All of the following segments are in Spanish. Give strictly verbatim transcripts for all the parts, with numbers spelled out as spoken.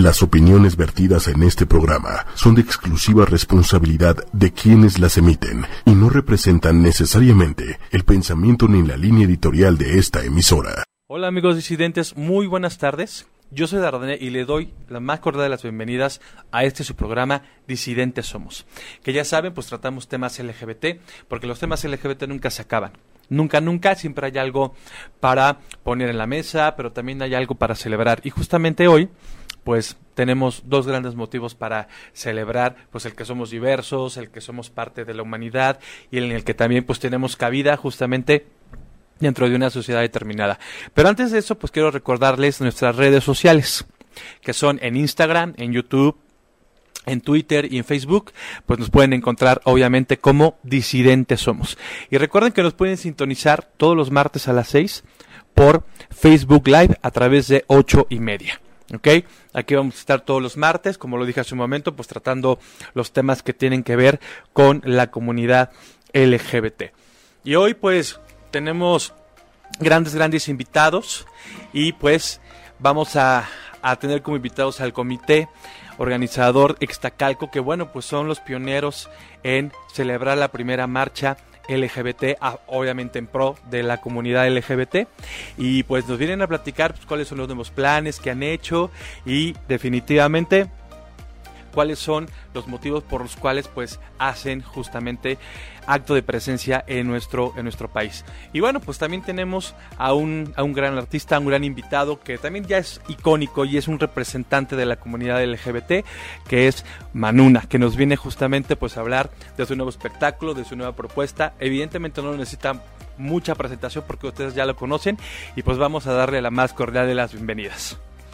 Las opiniones vertidas en este programa son de exclusiva responsabilidad de quienes las emiten y no representan necesariamente el pensamiento ni la línea editorial de esta emisora. Hola amigos disidentes, muy buenas tardes. Yo soy Dardané y le doy la más cordial de las bienvenidas a este su programa Disidentes Somos. Que ya saben, pues tratamos temas L G B T, porque los temas L G B T nunca se acaban. Nunca, nunca, siempre hay algo para poner en la mesa, pero también hay algo para celebrar. Y justamente hoy, pues tenemos dos grandes motivos para celebrar, pues el que somos diversos, el que somos parte de la humanidad y en el que también pues tenemos cabida justamente dentro de una sociedad determinada. Pero antes de eso, pues quiero recordarles nuestras redes sociales, que son en Instagram, en YouTube, en Twitter y en Facebook, pues nos pueden encontrar obviamente como Disidentes Somos. Y recuerden que nos pueden sintonizar todos los martes a las seis por Facebook Live a través de ocho y media. ¿Ok? Aquí vamos a estar todos los martes, como lo dije hace un momento, pues tratando los temas que tienen que ver con la comunidad L G B T. Y hoy pues tenemos grandes, grandes invitados y pues vamos a, a tener como invitados al comité organizador Ixtacalco, que bueno, pues son los pioneros en celebrar la primera marcha L G B T, obviamente en pro de la comunidad L G B T, y pues nos vienen a platicar pues, cuáles son los nuevos planes que han hecho y definitivamente cuáles son los motivos por los cuales pues hacen justamente acto de presencia en nuestro en nuestro país. Y bueno, pues también tenemos a un a un gran artista, a un gran invitado que también ya es icónico y es un representante de la comunidad L G B T, que es Manuna, que nos viene justamente pues a hablar de su nuevo espectáculo, de su nueva propuesta. Evidentemente no necesita mucha presentación porque ustedes ya lo conocen y pues vamos a darle la más cordial de las bienvenidas.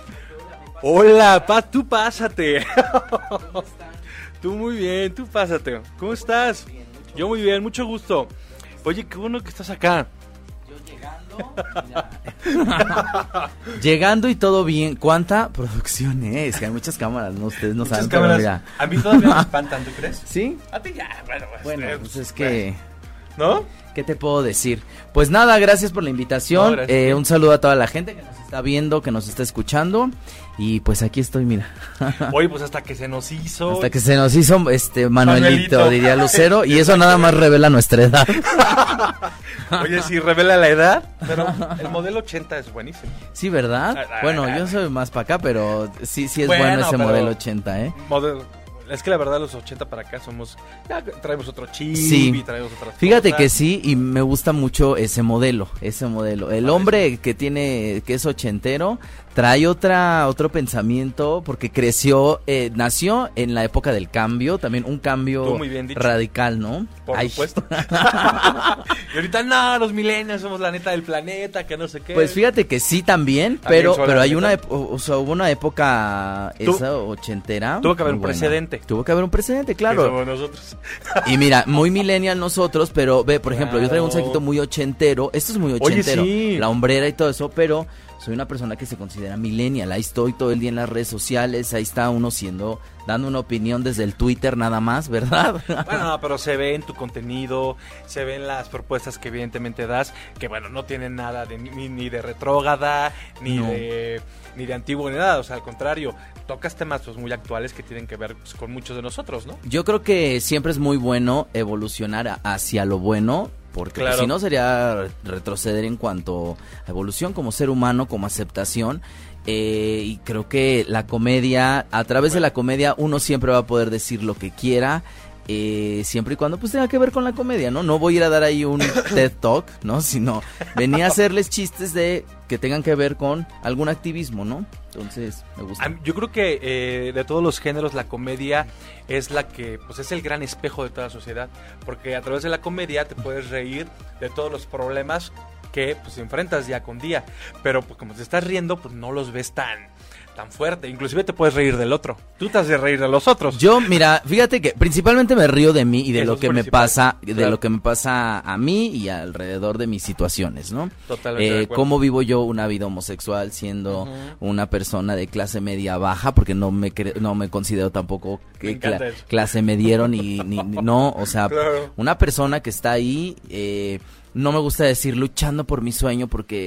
Hola, pa, tú pásate. ¿Cómo están? Tú muy bien, tú pásate. ¿Cómo estás? Bien, Yo muy bien, mucho gusto. Oye, qué bueno que estás acá. Yo llegando, mira. Llegando y todo bien. ¿Cuánta producción es? Que hay muchas cámaras, ¿no? Ustedes no Muchas saben, cámaras. pero mira. A mí todavía me espantan, ¿tú crees? ¿Sí? A ti ya, bueno, pues, Bueno, eh, pues es que... ¿no? ¿Qué te puedo decir? Pues nada, gracias por la invitación. No, gracias. eh, un saludo a toda la gente que nos está viendo, que nos está escuchando. Y pues aquí estoy, mira. Oye, pues hasta que se nos hizo. Hasta que se nos hizo este Manuelito, Manuelito. diría Lucero. Y eso nada más revela nuestra edad. Oye, sí, revela la edad, pero el modelo ochenta es buenísimo. Sí, ¿verdad? Ah, ah, Bueno, ah, yo soy más para acá, pero sí, sí es Bueno, bueno ese pero- modelo ochenta, ¿eh? Modelo. Es que la verdad los ochenta para acá somos, ya traemos otro chip Sí. y traemos otras Fíjate cosas. que sí, y me gusta mucho ese modelo, ese modelo. El hombre que tiene, que es ochentero, trae otra, otro pensamiento, porque creció, eh, nació en la época del cambio, también un cambio Tú muy bien dicho. radical, ¿no? Por Ay. supuesto. Y ahorita no, los millennials somos la neta del planeta, que no sé qué. Pues fíjate que sí también, También pero, son pero la hay una, neta. ep- o, o sea, hubo una época Tu- esa ochentera. tuvo que haber muy un buena. precedente. Tuvo que haber un precedente, Que claro. somos nosotros. Y mira, muy millennial nosotros, pero ve, por ejemplo, yo traigo un Claro. saquito muy ochentero. Esto es muy Oye, ochentero. sí. La hombrera y todo eso, pero soy una persona que se considera millennial. Ahí estoy todo el día en las redes sociales. Ahí está uno siendo, dando una opinión desde el Twitter nada más, ¿verdad? Bueno, no, pero se ve en tu contenido, se ven las propuestas que evidentemente das, que bueno, no tienen nada de ni, ni de retrógrada, ni No. de ni de antiguo ni nada, o sea, al contrario, tocas temas pues muy actuales que tienen que ver pues, con muchos de nosotros, ¿no? Yo creo que siempre es muy bueno evolucionar a- hacia lo bueno, porque Claro. si no sería retroceder en cuanto a evolución como ser humano, como aceptación. Eh, y creo que la comedia, a través de la comedia uno siempre va a poder decir lo que quiera, eh, siempre y cuando pues tenga que ver con la comedia, ¿no? No voy a ir a dar ahí un TED Talk, ¿no? Sino venía a hacerles chistes de que tengan que ver con algún activismo, ¿no? Entonces, me gusta. A mí- Yo creo que eh, de todos los géneros la comedia es la que pues es el gran espejo de toda la sociedad, porque a través de la comedia te puedes reír de todos los problemas que pues enfrentas día con día, pero pues, como te estás riendo pues no los ves tan tan fuerte, inclusive te puedes reír del otro, tú te has de reír de los otros. Yo, mira, fíjate que principalmente me río de mí y de Eso lo es que me principal, pasa, de claro. lo que me pasa a mí y alrededor de mis situaciones, ¿no? Totalmente de Eh, acuerdo. cómo vivo yo una vida homosexual siendo Ujú. una persona de clase media baja, porque no me cre- no me considero tampoco Me que encanta cla- eso. clase mediero ni, ni, ni- no, o sea, Claro. una persona que está ahí, eh, no me gusta decir luchando por mi sueño porque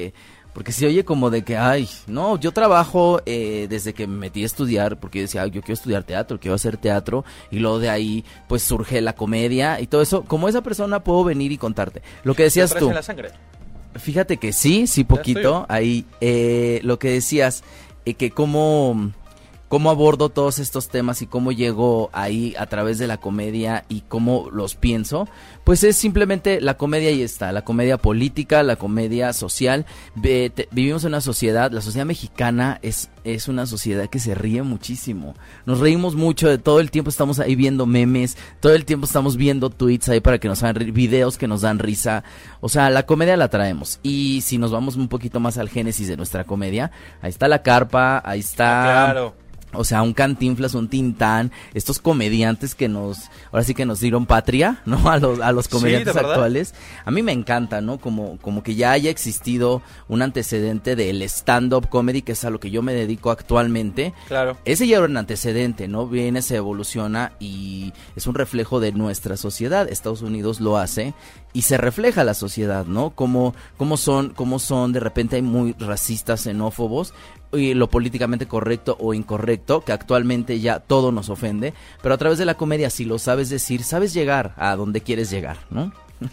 Porque se oye como de que, ay, no, yo trabajo eh, desde que me metí a estudiar, porque yo decía, yo quiero estudiar teatro, quiero hacer teatro, y luego de ahí, pues surge la comedia y todo eso. Como esa persona puedo venir y contarte. Lo que decías tú. En la sangre? Fíjate que sí, sí poquito, ahí, eh, lo que decías, eh, que cómo... cómo abordo todos estos temas y cómo llego ahí a través de la comedia y cómo los pienso, pues es simplemente la comedia ahí está, la comedia política, la comedia social. Ve, te, vivimos en una sociedad, la sociedad mexicana es, es una sociedad que se ríe muchísimo, nos reímos mucho, de todo el tiempo estamos ahí viendo memes, todo el tiempo estamos viendo tweets ahí para que nos hagan videos que nos dan risa, o sea, la comedia la traemos. Y si nos vamos un poquito más al génesis de nuestra comedia, ahí está La Carpa, ahí está... Ah, claro. O sea, un Cantinflas, un Tintán, estos comediantes que nos, ahora sí que nos dieron patria, ¿no? A los, a los comediantes sí, actuales. A mí me encanta, ¿no? Como, como que ya haya existido un antecedente del stand-up comedy, que es a lo que yo me dedico actualmente. Claro. Ese ya era un antecedente, ¿no? Viene, se evoluciona y es un reflejo de nuestra sociedad. Estados Unidos lo hace y se refleja la sociedad, ¿no? Como, como son, como son, de repente hay muy racistas, xenófobos, y lo políticamente correcto o incorrecto, que actualmente ya todo nos ofende, pero a través de la comedia, si lo sabes decir, sabes llegar a donde quieres llegar, ¿no?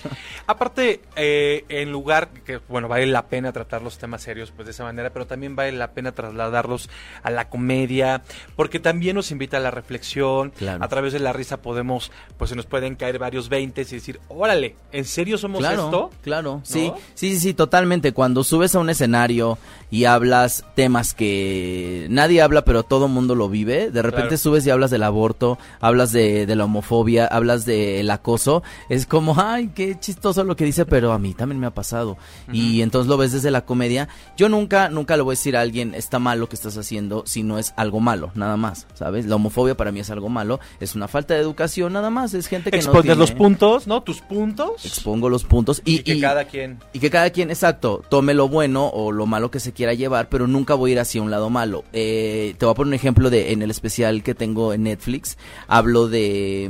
Aparte, eh, en lugar que, bueno, vale la pena tratar los temas serios pues de esa manera, pero también vale la pena trasladarlos a la comedia, porque también nos invita a la reflexión. Claro. A través de la risa podemos, pues se nos pueden caer varios veintes y decir, órale, ¿en serio somos claro, esto? Claro, ¿no? sí, sí, sí, sí, totalmente. Cuando subes a un escenario y hablas temas que nadie habla, pero todo mundo lo vive, de repente claro. subes y hablas del aborto, hablas de, de la homofobia, hablas del acoso, es como, ay, qué chistoso lo que dice, pero a mí también me ha pasado. Uh-huh. Y entonces lo ves desde la comedia. Yo nunca, nunca le voy a decir a alguien, está mal lo que estás haciendo, si no es algo malo, nada más, ¿sabes? La homofobia para mí es algo malo, es una falta de educación, nada más, es gente que Expones no tiene... los puntos, ¿no? Tus puntos. Expongo los puntos. Y, y que y, cada quien... Y que cada quien, exacto, tome lo bueno o lo malo que se quiera llevar, pero nunca voy a ir hacia un lado malo. Eh, te voy a poner un ejemplo de, en el especial que tengo en Netflix, hablo de,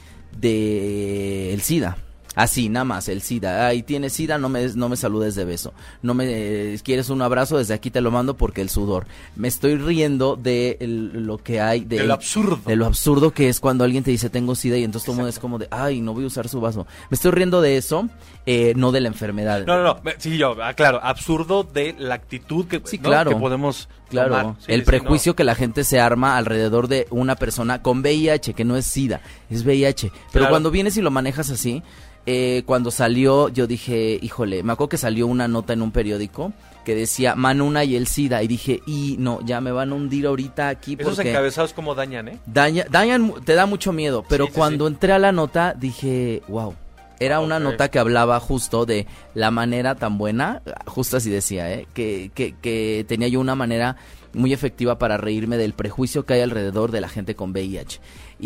de el SIDA. Así, nada más, el SIDA. Ay, tienes SIDA, no me, no me saludes de beso. No me eh, quieres un abrazo, desde aquí te lo mando porque el sudor. Me estoy riendo de el, lo que hay. De, de lo absurdo. De lo absurdo que es cuando alguien te dice tengo SIDA y entonces todo el mundo es como de, ay, no voy a usar su vaso. Me estoy riendo de eso, eh, no de la enfermedad. No, no, no. Sí, yo, claro, absurdo de la actitud que, sí, ¿no? claro, que podemos claro. tomar. Sí, el sí, prejuicio no. que la gente se arma alrededor de una persona con V I H, que no es SIDA, es V I H. Pero claro. cuando vienes y lo manejas así... Eh, cuando salió, yo dije, híjole, me acuerdo que salió una nota en un periódico que decía Manuna y el SIDA, y dije, y no, ya me van a hundir ahorita aquí. Esos porque encabezados como dañan, ¿eh? Daña, dañan, te da mucho miedo, pero sí, sí, cuando sí. entré a la nota dije, wow. Era okay. una nota que hablaba justo de la manera tan buena, justo así decía, ¿eh? que, que, que tenía yo una manera muy efectiva para reírme del prejuicio que hay alrededor de la gente con V I H.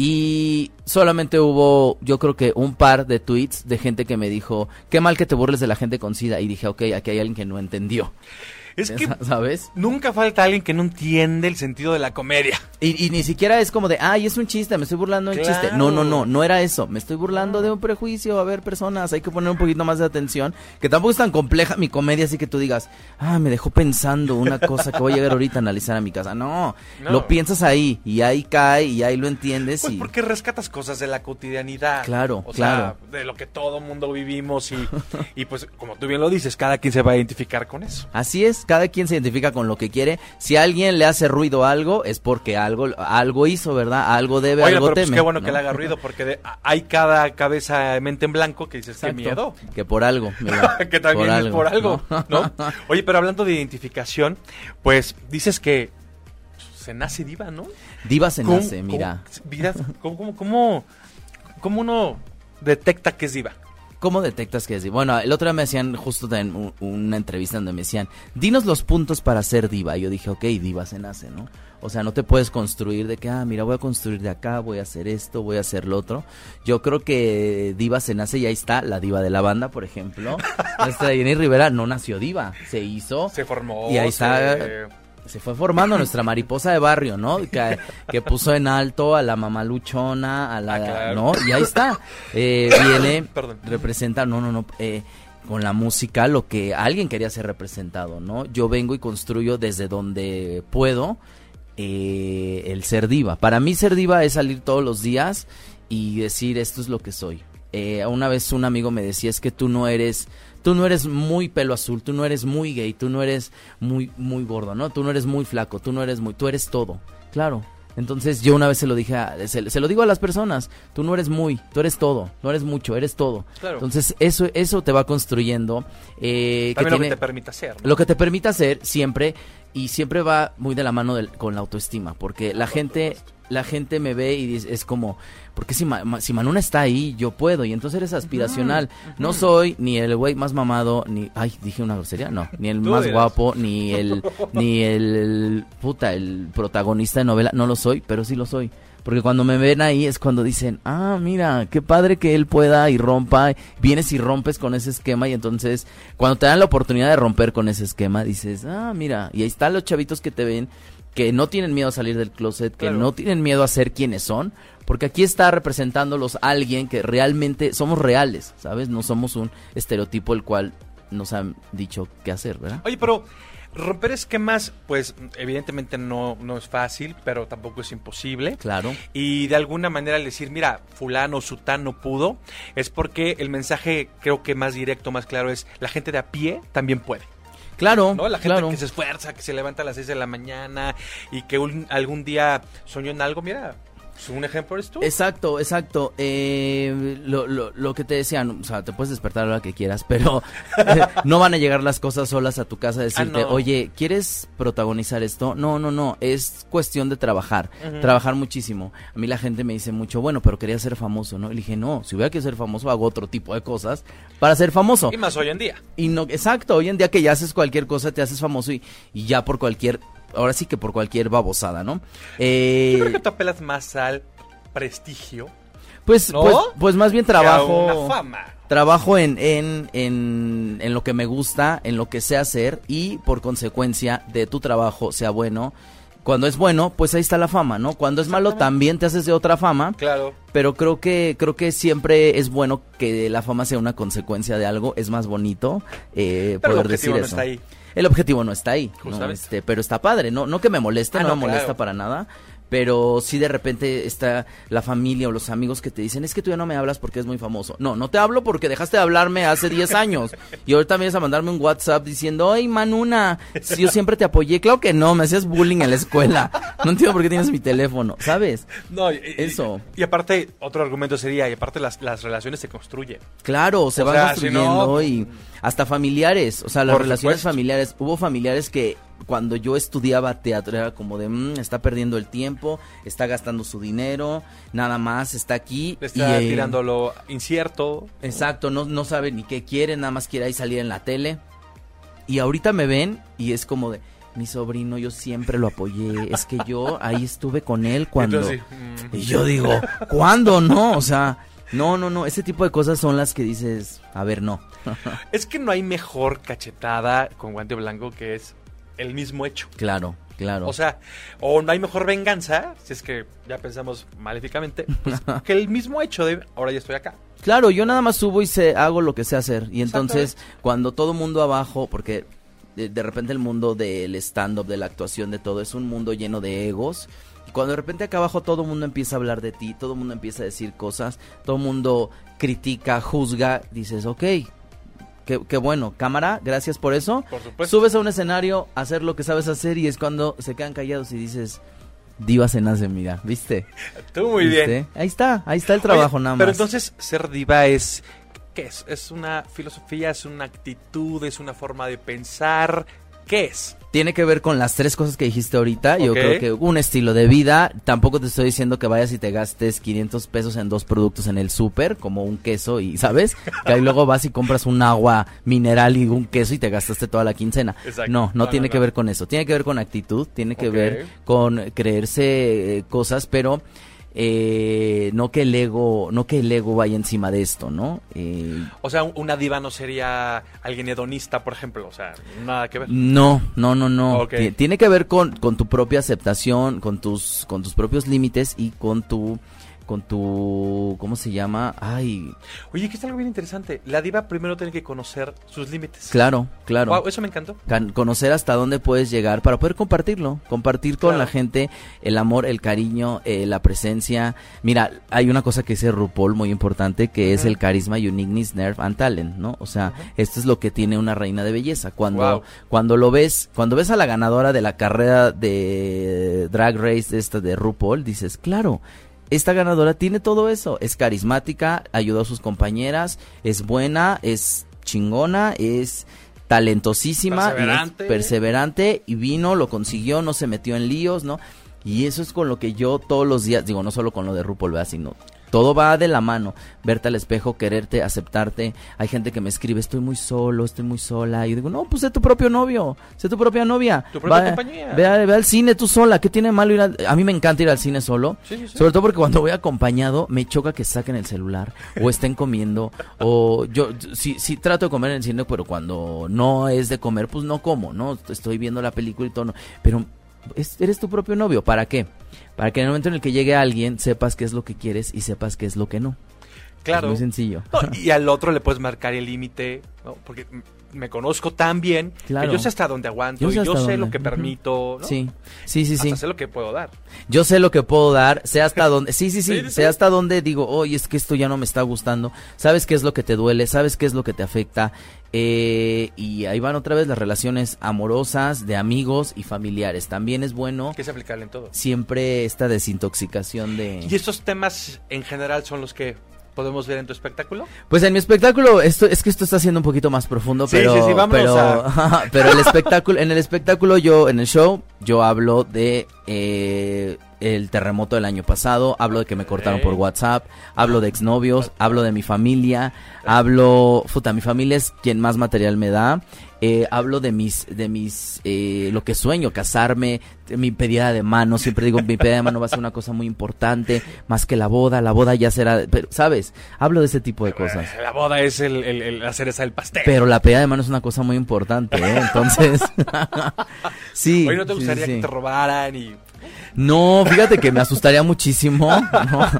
Y solamente hubo, yo creo que un par de tweets de gente que me dijo, qué mal que te burles de la gente con SIDA. Y dije, ok, aquí hay alguien que no entendió. Es que, ¿sabes? Nunca falta alguien que no entiende el sentido de la comedia. Y, y ni siquiera es como de, ay, es un chiste, me estoy burlando de un claro. chiste. No, no, no, no era eso. Me estoy burlando de un prejuicio. A ver, personas, hay que poner un poquito más de atención. Que tampoco es tan compleja mi comedia, así que tú digas, ah, me dejó pensando una cosa que voy a llegar ahorita a analizar a mi casa. No, no. Lo piensas ahí, y ahí cae, y ahí lo entiendes. Pues y... porque rescatas cosas de la cotidianidad. Claro, o claro. sea, de lo que todo mundo vivimos, y, y pues, como tú bien lo dices, cada quien se va a identificar con eso. Así es, cada quien se identifica con lo que quiere. Si a alguien le hace ruido algo, es porque algo algo hizo, ¿verdad? Algo debe, Oye, algo pero teme. Pues qué bueno ¿no? que le haga ruido, porque de, hay cada cabeza mente en blanco que dices, Exacto. qué miedo. Que por algo, mira, que también por es algo, por algo, ¿no? ¿no? Oye, pero hablando de identificación, pues dices que se nace diva, ¿no? Diva se ¿Cómo, nace, mira. ¿Cómo, cómo, cómo, cómo uno detecta que es diva? ¿Cómo detectas que es diva? Bueno, el otro día me hacían justo en un, una entrevista donde me decían, dinos los puntos para ser diva. Y yo dije, ok, diva se nace, ¿no? O sea, no te puedes construir de que, ah, mira, voy a construir de acá, voy a hacer esto, voy a hacer lo otro. Yo creo que diva se nace y ahí está, la diva de la banda, por ejemplo. Nuestra Jenny Rivera no nació diva, se hizo. Se formó. Y ahí se... está... Se fue formando nuestra mariposa de barrio, ¿no? Que, que puso en alto a la mamá luchona, a la, ah, claro. ¿no? Y ahí está. Eh, viene, Perdón. representa, no, no, no. Eh, con la música lo que alguien quería ser representado, ¿no? Yo vengo y construyo desde donde puedo eh, el ser diva. Para mí ser diva es salir todos los días y decir esto es lo que soy. Eh, una vez un amigo me decía, es que tú no eres, tú no eres muy pelo azul, tú no eres muy gay, tú no eres muy, muy gordo, ¿no? Tú no eres muy flaco, tú no eres muy, tú eres todo. Claro. Entonces yo una vez se lo dije, a, se, se lo digo a las personas, tú no eres muy, tú eres todo, no eres mucho, eres todo. Claro. Entonces eso eso te va construyendo. Eh, También que lo tiene, que te permite hacer, ¿no? Lo que te permite hacer siempre, y siempre va muy de la mano del, con la autoestima, porque la gente la gente me ve y dice, es como, porque si, Ma, si Manuna está ahí, yo puedo, y entonces eres aspiracional. Uh-huh, uh-huh. No soy ni el güey más mamado, ni, ay, dije una grosería, no, ni el más dirás? guapo, ni el, ni el, puta, el protagonista de novela, no lo soy, pero sí lo soy. Porque cuando me ven ahí es cuando dicen, ah, mira, qué padre que él pueda y rompa, vienes y rompes con ese esquema, y entonces cuando te dan la oportunidad de romper con ese esquema, dices, ah, mira, y ahí están los chavitos que te ven, que no tienen miedo a salir del closet, que claro. no tienen miedo a ser quienes son, porque aquí está representándolos alguien que realmente somos reales, ¿sabes? No somos un estereotipo el cual nos han dicho qué hacer, ¿verdad? Oye, pero romper esquemas, pues evidentemente no, no es fácil, pero tampoco es imposible. Claro. Y de alguna manera al decir, mira, fulano, sutano pudo, es porque el mensaje creo que más directo, más claro es, la gente de a pie también puede. Claro, ¿no? La gente claro. que se esfuerza, que se levanta a las seis de la mañana y que un, algún día soñó en algo, mira, un ejemplo eres tú. Exacto, exacto. Eh, lo, lo, lo que te decían, o sea, te puedes despertar a la hora que quieras, pero eh, no van a llegar las cosas solas a tu casa a decirte, ah, no. oye, ¿quieres protagonizar esto? No, no, no, es cuestión de trabajar, uh-huh. trabajar muchísimo. A mí la gente me dice mucho, bueno, pero quería ser famoso, ¿no? Y le dije, no, si hubiera que ser famoso, hago otro tipo de cosas para ser famoso. Y más hoy en día. Y no, exacto, hoy en día que ya haces cualquier cosa, te haces famoso y, y ya por cualquier... Ahora sí que por cualquier babosada, ¿no? Eh, Yo creo que tú apelas más al prestigio. Pues, ¿no? pues, pues más bien trabajo. Que a una fama. Trabajo en, en, en, en lo que me gusta, en lo que sé hacer, y por consecuencia de tu trabajo sea bueno. Cuando es bueno, pues ahí está la fama, ¿no? Cuando es malo, también te haces de otra fama. Claro. Pero creo que creo que siempre es bueno que la fama sea una consecuencia de algo. Es más bonito eh, pero poder el decir no eso. Está ahí. El objetivo no está ahí, ¿no? este, pero está padre, no no que me moleste, ah, no, no me molesta claro. para nada, pero sí de repente está la familia o los amigos que te dicen, es que tú ya no me hablas porque es muy famoso. No, no te hablo porque dejaste de hablarme hace diez años y ahorita vienes a mandarme un WhatsApp diciendo, ay, Manuna, si yo siempre te apoyé. Claro que no, me hacías bullying en la escuela, no entiendo por qué tienes mi teléfono, ¿sabes? No, y, eso. Y, y aparte, otro argumento sería, y aparte las, las relaciones se construyen. Claro, se o van sea, construyendo si no, y hasta familiares, o sea, las relaciones supuesto. familiares, hubo familiares que cuando yo estudiaba teatro era como de, mmm, está perdiendo el tiempo, está gastando su dinero, nada más está aquí. Está y, eh, tirando lo incierto. Exacto, no, no sabe ni qué quiere, nada más quiere ahí salir en la tele. Y ahorita me ven y es como de, mi sobrino, yo siempre lo apoyé, es que yo ahí estuve con él cuando... Entonces, mm. Y yo digo, ¿cuándo no? O sea... No, no, no, ese tipo de cosas son las que dices, a ver, no. Es que no hay mejor cachetada con guante blanco que es el mismo hecho. Claro, claro. O sea, o no hay mejor venganza, si es que ya pensamos maléficamente, pues, que el mismo hecho de, ahora ya estoy acá. Claro, yo nada más subo y sé, hago lo que sé hacer. Y entonces, cuando todo mundo abajo, porque de, de repente el mundo del stand-up, de la actuación, de todo, es un mundo lleno de egos. Cuando de repente acá abajo todo el mundo empieza a hablar de ti, todo el mundo empieza a decir cosas, todo el mundo critica, juzga, dices, ok, qué, qué bueno, cámara, gracias por eso. Por supuesto. Subes a un escenario, a hacer lo que sabes hacer y es cuando se quedan callados y dices, diva se nace, mira, ¿viste? Tú muy ¿Viste? bien. Ahí está, ahí está el trabajo. Oye, nada más. Pero entonces ser diva es, ¿qué es? ¿Es una filosofía, es una actitud, es una forma de pensar? ¿Qué es? Tiene que ver con las tres cosas que dijiste ahorita. Okay. Yo creo que un estilo de vida. Tampoco te estoy diciendo que vayas y te gastes quinientos pesos en dos productos en el súper, como un queso y, ¿sabes? Que ahí luego vas y compras un agua mineral y un queso y te gastaste toda la quincena. Exacto. No, no, no tiene no, que no. ver con eso. Tiene que ver con actitud, tiene que okay. ver con creerse eh, cosas, pero... Eh, no que el ego no que el ego vaya encima de esto, ¿no? Eh, o sea, una diva no sería alguien hedonista, por ejemplo, o sea, nada que ver. No, no, no, no. Okay. Tiene que ver con, con tu propia aceptación, con tus con tus propios límites y con tu con tu, ¿cómo se llama? Ay. Oye, que es algo bien interesante. La diva primero tiene que conocer sus límites. Claro, claro. Wow, eso me encantó. Can- conocer hasta dónde puedes llegar para poder compartirlo, compartir con Claro. la gente el amor, el cariño, eh, la presencia. Mira, hay una cosa que dice RuPaul muy importante, que uh-huh. es el carisma, uniqueness, nerve and talent, ¿no? O sea, uh-huh. esto es lo que tiene una reina de belleza. Cuando, wow. cuando lo ves, cuando ves a la ganadora de la carrera de Drag Race esta de RuPaul, dices, claro, esta ganadora tiene todo eso, es carismática, ayudó a sus compañeras, es buena, es chingona, es talentosísima, perseverante, y es perseverante y vino, lo consiguió, no se metió en líos, ¿no? Y eso es con lo que yo todos los días, digo, no solo con lo de RuPaul, ¿verdad? Sino todo va de la mano, verte al espejo, quererte, aceptarte. Hay gente que me escribe, estoy muy solo, estoy muy sola. Y yo digo, no, pues sé tu propio novio, sé tu propia novia. Tu propia va, compañía. Ve, a, ve al cine tú sola, ¿qué tiene de malo ir a... A mí me encanta ir al cine solo, sí, sí, sí. sobre todo porque cuando voy acompañado me choca que saquen el celular o estén comiendo. O yo sí, sí trato de comer en el cine, pero cuando no es de comer, pues no como, ¿no? Estoy viendo la película y todo, no. Pero es, eres tu propio novio, ¿para qué? Para que en el momento en el que llegue alguien sepas qué es lo que quieres y sepas qué es lo que no. Claro. Es muy sencillo. No, y al otro le puedes marcar el límite, ¿no? Porque me conozco tan bien claro. que yo sé hasta dónde aguanto yo sé, y yo sé dónde. lo que permito, ¿no? Sí, sí, sí, sí. Hasta sé lo que puedo dar. Yo sé lo que puedo dar, sé hasta dónde, sí, sí, sí, sí, sí, sé sí. hasta dónde digo, oye, es que esto ya no me está gustando, sabes qué es lo que te duele, sabes qué es lo que te afecta, eh, y ahí van otra vez las relaciones amorosas, de amigos y familiares, también es bueno. Que es aplicable en todo. Siempre esta desintoxicación de... ¿Y estos temas en general son los que podemos ver en tu espectáculo? Pues en mi espectáculo, esto es que esto está siendo un poquito más profundo, sí, pero sí, sí, vámonos pero, a... pero el espectáculo, en el espectáculo yo, en el show, yo hablo de eh, el terremoto del año pasado, hablo de que me cortaron por WhatsApp, hablo de exnovios, hablo de mi familia, hablo, puta, mi familia es quien más material me da. Eh, hablo de mis, de mis, eh, lo que sueño, casarme, de mi pedida de mano, siempre digo, mi pedida de mano va a ser una cosa muy importante, más que la boda, la boda ya será, pero, ¿sabes? Hablo de ese tipo de cosas. La boda es el, el, el la cereza del pastel. Pero la pedida de mano es una cosa muy importante, ¿eh? Entonces, sí. Hoy no te gustaría sí, sí. que te robaran y... No, fíjate que me asustaría muchísimo, ¿no?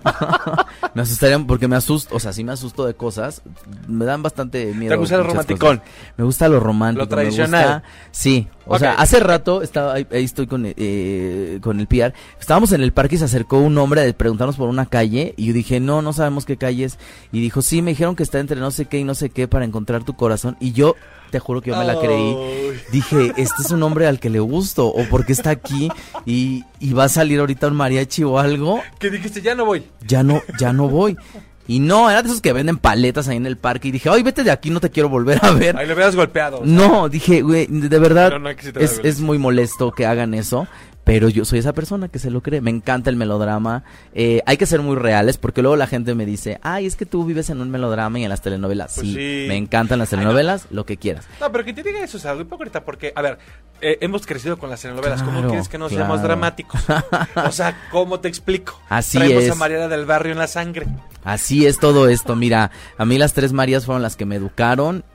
Me asustaría porque me asusto, o sea, sí me asusto de cosas, me dan bastante miedo. ¿Te gusta lo romanticón? Cosas. Me gusta lo romántico. Lo tradicional. Me gusta, sí, o okay. sea, hace rato estaba ahí, ahí estoy con, eh, con el P R, estábamos en el parque y se acercó un hombre a preguntarnos por una calle y yo dije, no, no sabemos qué calle es, y dijo, sí, me dijeron que está entre no sé qué y no sé qué para encontrar tu corazón, y yo... Te juro que yo me la creí. Dije, este es un hombre al que le gusto, o porque está aquí y, y va a salir ahorita un mariachi o algo. Que dijiste, ya no voy. Ya no, ya no voy. Y no, era de esos que venden paletas ahí en el parque. Y dije, ay, vete de aquí, no te quiero volver a ver. Ahí lo hubieras golpeado. No, dije, güey, de verdad, no, no es, es muy molesto que hagan eso. Pero yo soy esa persona que se lo cree. Me encanta el melodrama. Eh, hay que ser muy reales porque luego la gente me dice, ay, es que tú vives en un melodrama y en las telenovelas. Pues sí, sí, me encantan las telenovelas, ay, no. lo que quieras. No, pero que te diga eso es algo hipócrita porque, a ver, eh, hemos crecido con las telenovelas. Claro, ¿cómo quieres que no claro. seamos dramáticos? O sea, ¿cómo te explico? Así Traemos es. a Mariana del Barrio en la sangre. Así es todo esto. Mira, a mí las tres Marías fueron las que me educaron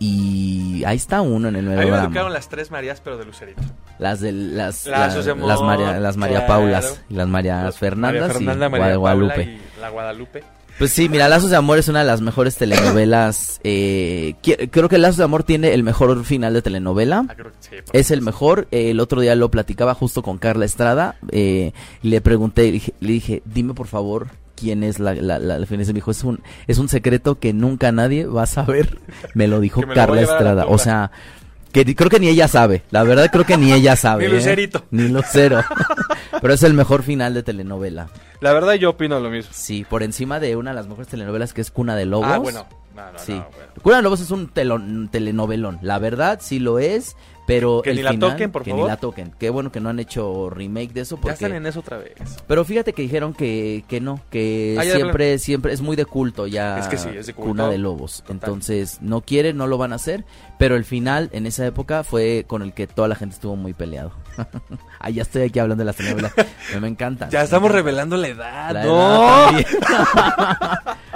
y ahí está uno en el melodrama. A mí me educaron las tres Marías, pero de Lucerito. Las de las la, la, amor, las María las María claro. Paulas y las María Fernandas María Fernanda, y María Guadalupe. Paula y la Guadalupe. Pues sí, mira, Lazos de Amor es una de las mejores telenovelas. Eh, creo que Lazos de Amor tiene el mejor final de telenovela. Ah, creo que sí, es el mejor. Eh, el otro día lo platicaba justo con Carla Estrada. Eh, y le pregunté, le dije, le dije, dime por favor quién es la, la, la, la me dijo, es un, es un secreto que nunca nadie va a saber. Me lo dijo me Carla Estrada. O sea, que creo que ni ella sabe. La verdad creo que ni ella sabe. Ni Lucerito. ¿eh? Ni Lucero. Pero es el mejor final de telenovela. La verdad yo opino lo mismo. Sí, por encima de una de las mejores telenovelas que es Cuna de Lobos. Ah, bueno. No, no, sí. no, bueno. Cuna de Lobos es un telon, telenovelón. La verdad sí lo es. Pero que el ni final, la toquen, por que favor. ni la toquen. Qué bueno que no han hecho remake de eso. Porque... Ya están en eso otra vez. Pero fíjate que dijeron que, que no, que ah, siempre, de siempre es muy de culto ya. Es que sí, es de culto. Cuna de Lobos. Total. Entonces, no quieren, no lo van a hacer. Pero el final, en esa época, fue con el que toda la gente estuvo muy peleado. Ah, ya estoy aquí hablando de las telenovelas. me, me encanta. Ya me estamos encanta. revelando la edad. La no. edad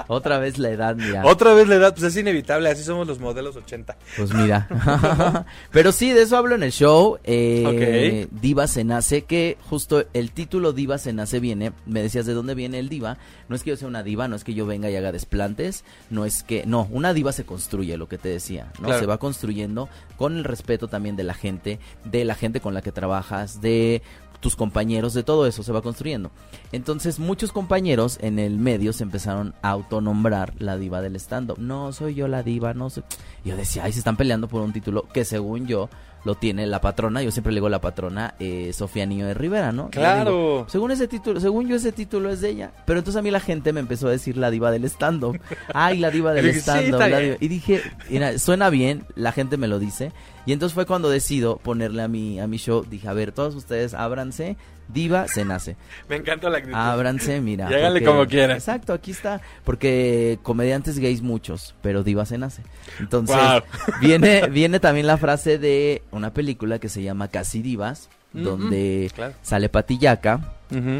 Otra vez la edad, mira. Otra vez la edad, pues es inevitable, así somos los modelos ochenta. Pues mira. Pero sí, de eso hablo en el show. Eh, Ok. Diva se nace, que justo el título Diva se nace viene, me decías de dónde viene el diva. No es que yo sea una diva, no es que yo venga y haga desplantes, no es que, no, una diva se construye, lo que te decía, ¿no? Claro. Se va construyendo con el respeto también de la gente, de la gente con la que trabajas, de tus compañeros, de todo eso se va construyendo. Entonces muchos compañeros en el medio se empezaron a autonombrar la diva del stand-up. No, soy yo la diva, no soy... Y yo decía, ay, se están peleando por un título que según yo lo tiene la patrona. Yo siempre le digo la patrona, eh, Sofía Niño de Rivera, ¿no? Claro. Digo, según ese título, según yo ese título es de ella. Pero entonces a mí la gente me empezó a decir la diva del stand-up. Ay, la diva del Y dije, sí, stand-up. está la bien. diva. Y dije, mira, suena bien, la gente me lo dice. Y entonces fue cuando decido ponerle a mi, a mi show, dije, a ver, todos ustedes ábranse, diva se nace. Me encanta la actitud. Ábranse, mira. Y háganle porque- como quieran. Exacto, aquí está. Porque comediantes gays muchos, pero diva se nace. Entonces, Wow. viene, viene también la frase de una película que se llama Casi Divas, Ujú, donde claro. sale Patillaca Ujú.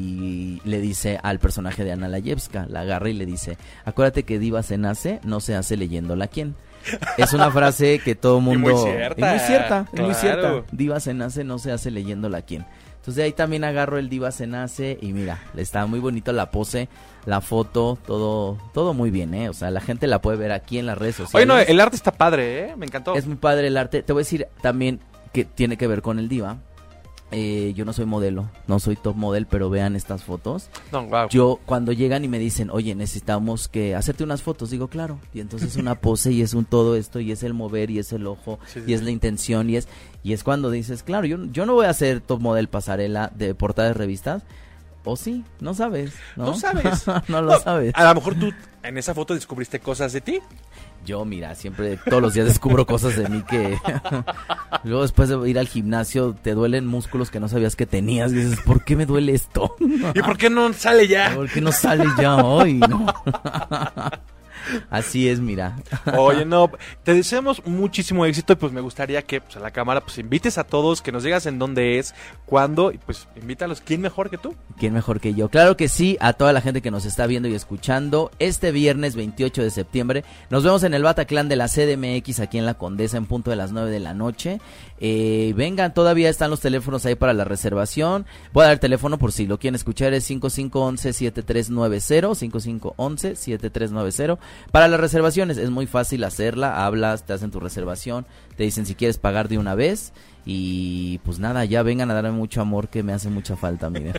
y le dice al personaje de Ana Layevska, la agarra y le dice, acuérdate que diva se nace, no se hace leyéndola quién. Es una frase que todo mundo... Y muy cierta, Es muy cierta, es muy claro. cierta. Diva se nace, no se hace leyéndola quién. Entonces de ahí también agarro el diva se nace y mira, está muy bonito la pose, la foto, todo todo muy bien, ¿eh? O sea, la gente la puede ver aquí en las redes sociales. Oye, no, el arte está padre, ¿eh? Me encantó. Es muy padre el arte. Te voy a decir también que tiene que ver con el diva. Eh, yo no soy modelo, no soy top model, pero vean estas fotos. No, wow. Yo, cuando llegan y me dicen, oye, necesitamos que hacerte unas fotos, digo, claro. Y entonces una pose y es un todo esto, y es el mover, y es el ojo, Sí, sí, y es sí. la intención, y es y es cuando dices, claro, yo, yo no voy a ser top model pasarela de portada de revistas. O sí, no sabes, ¿no? No sabes. no lo sabes. A lo mejor tú en esa foto descubriste cosas de ti. Yo, mira, siempre, todos los días descubro cosas de mí que... Luego, después de ir al gimnasio, te duelen músculos que no sabías que tenías. Y dices, ¿por qué me duele esto? ¿Y por qué no sale ya? ¿Por qué no sale ya hoy? No. Así es, mira. Oye, no, te deseamos muchísimo éxito y pues me gustaría que pues, a la cámara pues invites a todos, que nos digas en dónde es, cuándo y pues invítalos. ¿Quién mejor que tú? ¿Quién mejor que yo? Claro que sí, a toda la gente que nos está viendo y escuchando. Este viernes veintiocho de septiembre nos vemos en el Bataclan de la C D M X aquí en La Condesa en punto de las nueve de la noche. Eh, vengan, todavía están los teléfonos ahí para la reservación. Voy a dar el teléfono por si lo quieren escuchar, es cinco cinco uno uno siete tres nueve cero, cinco cinco uno uno siete tres nueve cero. Para las reservaciones es muy fácil hacerla, hablas, te hacen tu reservación, te dicen si quieres pagar de una vez. Y pues nada, ya vengan a darme mucho amor que me hace mucha falta, miren.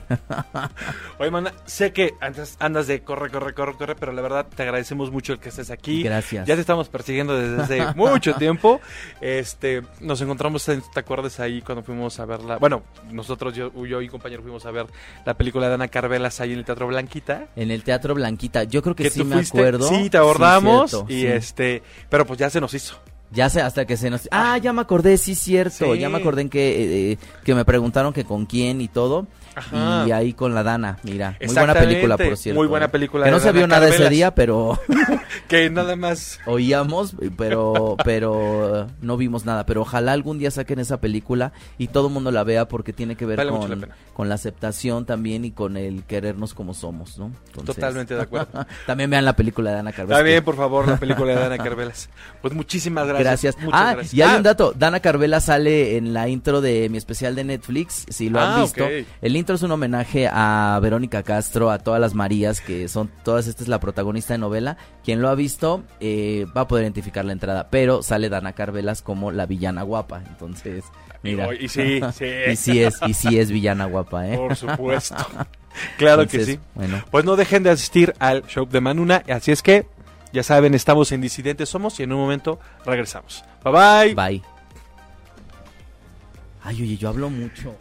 Oye, mana, sé que andas, andas de corre, corre, corre, corre, pero la verdad te agradecemos mucho el que estés aquí. Gracias. Ya te estamos persiguiendo desde hace mucho tiempo. Este, nos encontramos, en, ¿te acuerdas ahí cuando fuimos a verla? Bueno, nosotros, yo, yo y compañero fuimos a ver la película de Ana Carvelas ahí en el Teatro Blanquita. En el Teatro Blanquita, yo creo que, Que sí tú me fuiste, acuerdo. sí, te abordamos cierto, y sí. este, pero pues ya se nos hizo. Ya sé, hasta que se nos... Ah, ya me acordé, sí, cierto. Sí. Ya me acordé en que, eh, eh, que me preguntaron que con quién y todo. Ajá. Y ahí con la Dana, mira. Muy buena Exactamente, película, por cierto. muy buena eh. película Que de no se Dana vio nada ese Carvelas. día, pero Que nada más. oíamos, pero pero no vimos nada. Pero ojalá algún día saquen esa película y todo el mundo la vea porque tiene que ver Vale mucho la con, pena. con la aceptación también y con el querernos como somos, ¿no? Entonces, Totalmente de acuerdo. también vean la película de Ana Carvelas. Está bien, que- por favor, la película de Ana Carvelas. Pues muchísimas gracias. Gracias. Muchas ah, gracias. y hay Ah, un dato. Dana Carvela sale en la intro de mi especial de Netflix, si lo han Ah, visto. ok. El intro es un homenaje a Verónica Castro, a todas las Marías, que son todas, esta es la protagonista de novela. Quien lo ha visto eh, va a poder identificar la entrada, pero sale Dana Carvelas como la villana guapa. Entonces, mira. Y sí, sí. y sí es, y sí es villana guapa, ¿eh? Por supuesto. Claro Entonces, que sí. Bueno, Pues no dejen de asistir al show de Manuna. Así es que, ya saben, estamos en Disidentes Somos y en un momento regresamos. Bye bye. bye. Ay, oye, yo hablo mucho.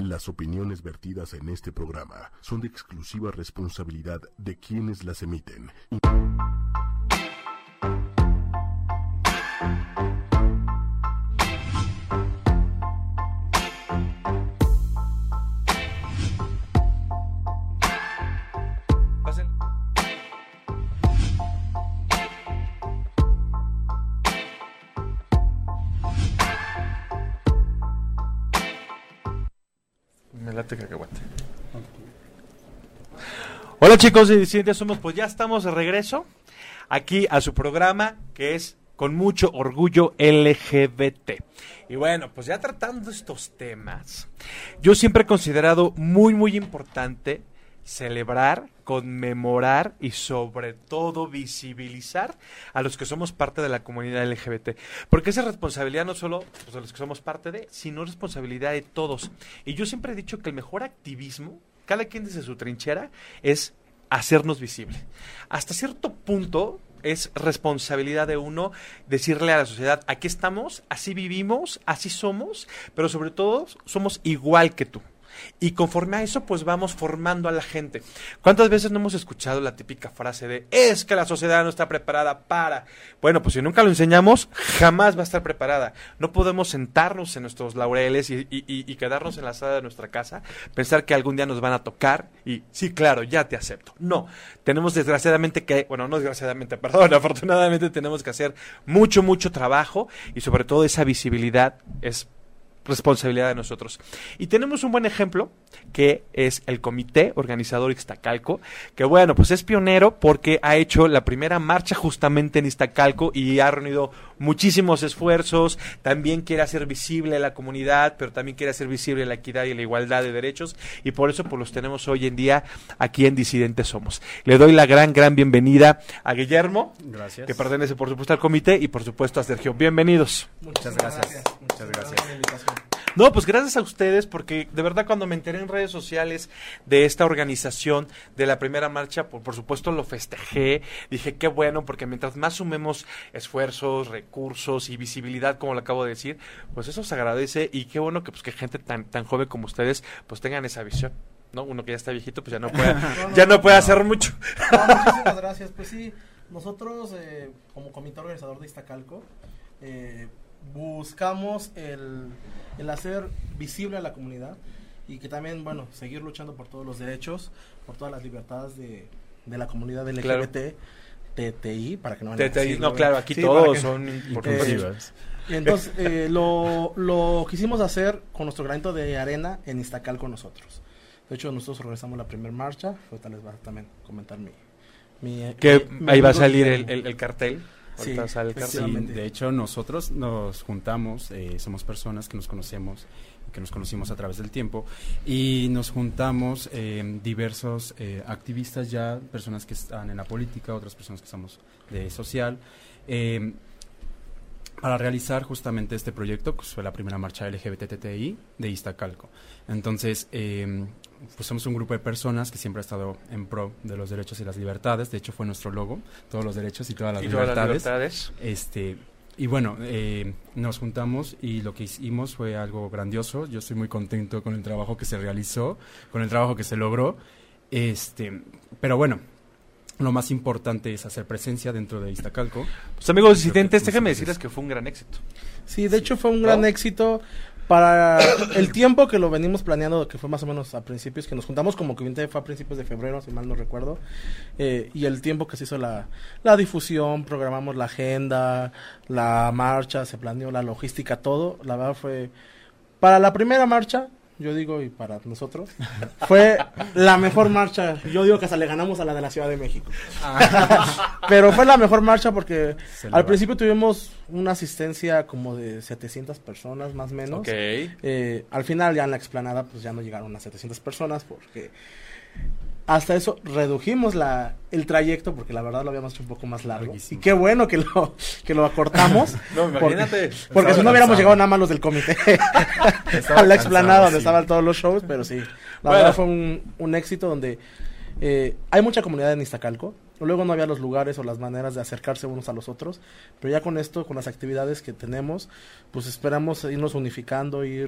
Las opiniones vertidas en este programa son de exclusiva responsabilidad de quienes las emiten. Me late cacahuate. Hola chicos de Disidentes Somos, pues ya estamos de regreso aquí a su programa que es Con Mucho Orgullo L G B T. Y bueno, pues ya tratando estos temas, yo siempre he considerado muy muy importante celebrar, conmemorar y sobre todo visibilizar a los que somos parte de la comunidad L G B T, porque esa responsabilidad no solo pues, de los que somos parte de, sino responsabilidad de todos. Y yo siempre he dicho que el mejor activismo, cada quien desde su trinchera, es hacernos visible. Hasta cierto punto es responsabilidad de uno decirle a la sociedad, aquí estamos, así vivimos, así somos, pero sobre todo somos igual que tú. Y conforme a eso, pues vamos formando a la gente. ¿Cuántas veces no hemos escuchado la típica frase de es que la sociedad no está preparada para? Bueno, pues si nunca lo enseñamos, jamás va a estar preparada. No podemos sentarnos en nuestros laureles y, y, y quedarnos en la sala de nuestra casa, pensar que algún día nos van a tocar y sí, claro, ya te acepto. No, tenemos desgraciadamente que, bueno, no desgraciadamente, perdón, afortunadamente tenemos que hacer mucho, mucho trabajo y sobre todo esa visibilidad es responsabilidad de nosotros. Y tenemos un buen ejemplo que es el Comité Organizador Iztacalco, que bueno, pues es pionero porque ha hecho la primera marcha justamente en Iztacalco y ha reunido muchísimos esfuerzos, también quiere hacer visible a la comunidad, pero también quiere hacer visible la equidad y la igualdad de derechos y por eso pues los tenemos hoy en día aquí en Disidentes Somos. Le doy la gran, gran bienvenida a Guillermo, gracias, que pertenece por supuesto al comité y por supuesto a Sergio. Bienvenidos. Muchas gracias. gracias. Muchas gracias. No, pues gracias a ustedes, porque de verdad cuando me enteré en redes sociales de esta organización de la primera marcha, por, por supuesto lo festejé, dije qué bueno, porque mientras más sumemos esfuerzos, recursos y visibilidad, como lo acabo de decir, pues eso se agradece y qué bueno que pues que gente tan tan joven como ustedes pues tengan esa visión, ¿no? Uno que ya está viejito pues ya no puede, no, no, ya no puede no. hacer mucho. No, muchísimas gracias, pues sí, nosotros eh, como comité organizador de Iztacalco, eh, buscamos el, el hacer visible a la comunidad y que también, bueno, seguir luchando por todos los derechos, por todas las libertades de, de la comunidad L G B T, claro. T T I, para que no vayan a decirlo, no, claro, aquí sí, todos que, son importantes. Eh, entonces, eh, lo, lo quisimos hacer con nuestro granito de arena en Iztacalco nosotros. De hecho, nosotros organizamos la primera marcha, ahorita les va a también comentar mi... mi que mi, ahí mi va a salir el, el, el cartel. Sí, sí, de hecho nosotros nos juntamos, eh, somos personas que nos conocemos, que nos conocimos a través del tiempo y nos juntamos eh, diversos eh, activistas ya, personas que están en la política, otras personas que estamos de social, eh, para realizar justamente este proyecto, que fue la primera marcha L G B T T I de Iztacalco. Entonces, eh, pues somos un grupo de personas que siempre ha estado en pro de los derechos y las libertades. De hecho, fue nuestro logo, todos los derechos y todas las, y libertades. Todas las libertades. Este, y bueno, eh, nos juntamos y lo que hicimos fue algo grandioso. Yo estoy muy contento con el trabajo que se realizó, con el trabajo que se logró. Este, pero bueno, lo más importante es hacer presencia dentro de Iztacalco. Pues amigos disidentes, déjenme decirles que fue un gran éxito. Sí, de hecho fue un gran ¿no? éxito para el tiempo que lo venimos planeando, que fue más o menos a principios, que nos juntamos como que fue a principios de febrero, si mal no recuerdo, eh, y el tiempo que se hizo la, la difusión, programamos la agenda, la marcha, se planeó la logística, todo, la verdad fue, para la primera marcha, yo digo, y para nosotros, fue la mejor marcha. Yo digo que hasta le ganamos a la de la Ciudad de México. Ah. Pero fue la mejor marcha porque al principio tuvimos una asistencia como de setecientas personas, más o menos. Okay. Eh, al final, ya en la explanada, pues ya no llegaron a setecientas personas porque hasta eso redujimos la el trayecto porque la verdad lo habíamos hecho un poco más largo. Larguísimo. Y qué bueno que lo que lo acortamos. No, imagínate. Porque, porque si no hubiéramos llegado nada más los del comité a la explanada donde sí. estaban todos los shows, pero sí. La bueno. verdad fue un, un éxito donde eh, hay mucha comunidad en Iztacalco. Luego no había los lugares o las maneras de acercarse unos a los otros, pero ya con esto, con las actividades que tenemos, pues esperamos irnos unificando, ir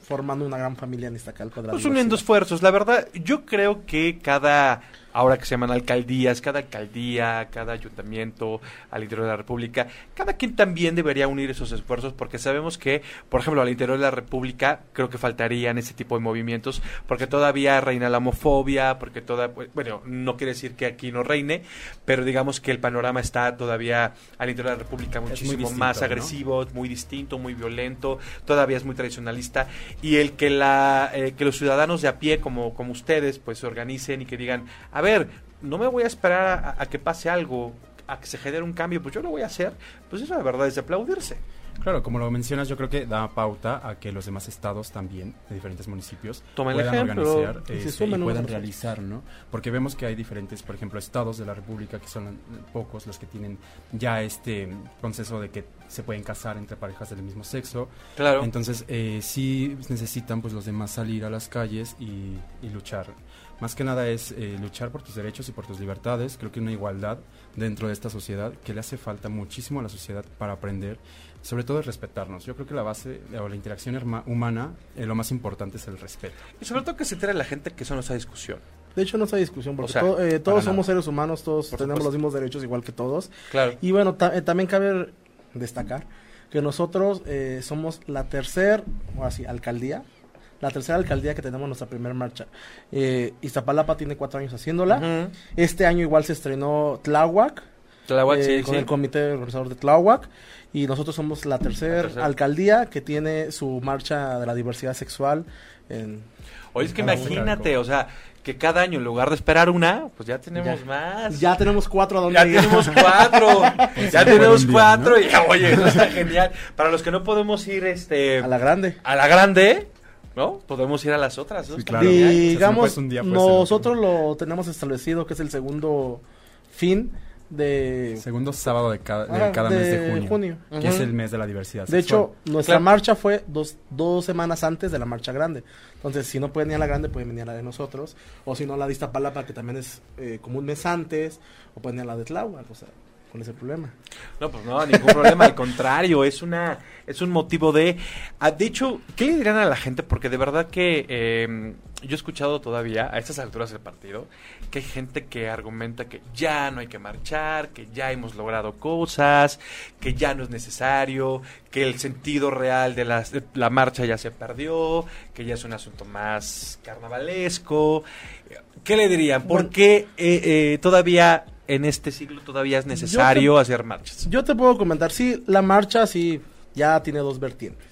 formando una gran familia en Iztacalco de la Pues diversidad. uniendo esfuerzos. La verdad, yo creo que cada, ahora que se llaman alcaldías, cada alcaldía, cada ayuntamiento al interior de la República, cada quien también debería unir esos esfuerzos, porque sabemos que, por ejemplo, al interior de la República, creo que faltarían ese tipo de movimientos, porque todavía reina la homofobia, porque toda, bueno, no quiere decir que aquí no reine, pero digamos que el panorama está todavía al interior de la República muchísimo distinto, más ¿no? agresivo, muy distinto, muy violento, todavía es muy tradicionalista, y el que la eh, que los ciudadanos de a pie como como ustedes pues se organicen y que digan, a ver, no me voy a esperar a, a que pase algo, a que se genere un cambio, pues yo lo voy a hacer, pues eso de verdad es de aplaudirse. Claro, como lo mencionas, yo creo que da pauta a que los demás estados también, de diferentes municipios, Tomen el puedan ejemplo. organizar Y se este, sumen y unos a puedan otros. realizar, ¿no? Porque vemos que hay diferentes, por ejemplo, estados de la República, que son eh, pocos los que tienen ya este consenso de que se pueden casar entre parejas del mismo sexo. Claro. Entonces, eh, sí necesitan pues los demás salir a las calles y, y luchar. Más que nada es eh, luchar por tus derechos y por tus libertades. Creo que una igualdad dentro de esta sociedad que le hace falta muchísimo a la sociedad para aprender. Sobre todo es respetarnos. Yo creo que la base o la interacción herma- humana, eh, lo más importante es el respeto. Y sobre todo que se entere la gente que eso no es esa discusión. De hecho, no está discusión, porque O sea, to- eh, para todos nada. somos seres humanos, todos Por tenemos supuesto. los mismos derechos igual que todos. Claro. Y bueno, ta- eh, también cabe destacar que nosotros eh, somos la tercer, o así, alcaldía, la tercera alcaldía que tenemos nuestra primera marcha. Eh, Iztapalapa tiene cuatro años haciéndola. Ujú. Este año igual se estrenó Tláhuac, Tláhuac, eh, sí, con sí. el comité organizador de Tláhuac, y nosotros somos la tercera La tercera. alcaldía que tiene su marcha de la diversidad sexual en... Oye, es que Cada imagínate, o sea, que cada año en lugar de esperar una, pues ya tenemos Ya. más. Ya tenemos cuatro a donde Ya ir. tenemos cuatro, Sí, ya por tenemos un día, cuatro, ¿no? y oye, eso está genial. Para los que no podemos ir este a la grande. a la grande, ¿no? Podemos ir a las otras, ¿no? Sí, Está claro. genial. O sea, si no Digamos, puedes un día, puedes el otro. nosotros lo tenemos establecido que es el segundo fin de... Segundo sábado de cada, de Ah, cada mes de junio, que Ujú. es el mes de la diversidad De sexual. hecho, nuestra Claro. marcha fue dos, dos semanas antes de la marcha grande. Entonces, si no pueden ir a la grande, pueden venir a la de nosotros. O si no, la de Iztapalapa, que también es eh, como un mes antes. O pueden ir a la de Tláhuac, o sea, ¿cuál es el problema? No, pues no, ningún problema, al contrario, es una es un motivo de... ah, de hecho, ¿qué le dirán a la gente? Porque de verdad que eh, yo he escuchado todavía, a estas alturas del partido, que hay gente que argumenta que ya no hay que marchar, que ya hemos logrado cosas, que ya no es necesario, que el sentido real de, las, de la marcha ya se perdió, que ya es un asunto más carnavalesco. ¿Qué le dirían? ¿Por Bueno. qué eh, eh, todavía... en este siglo todavía es necesario hacer marchas? Yo te puedo comentar, sí, la marcha sí ya tiene dos vertientes.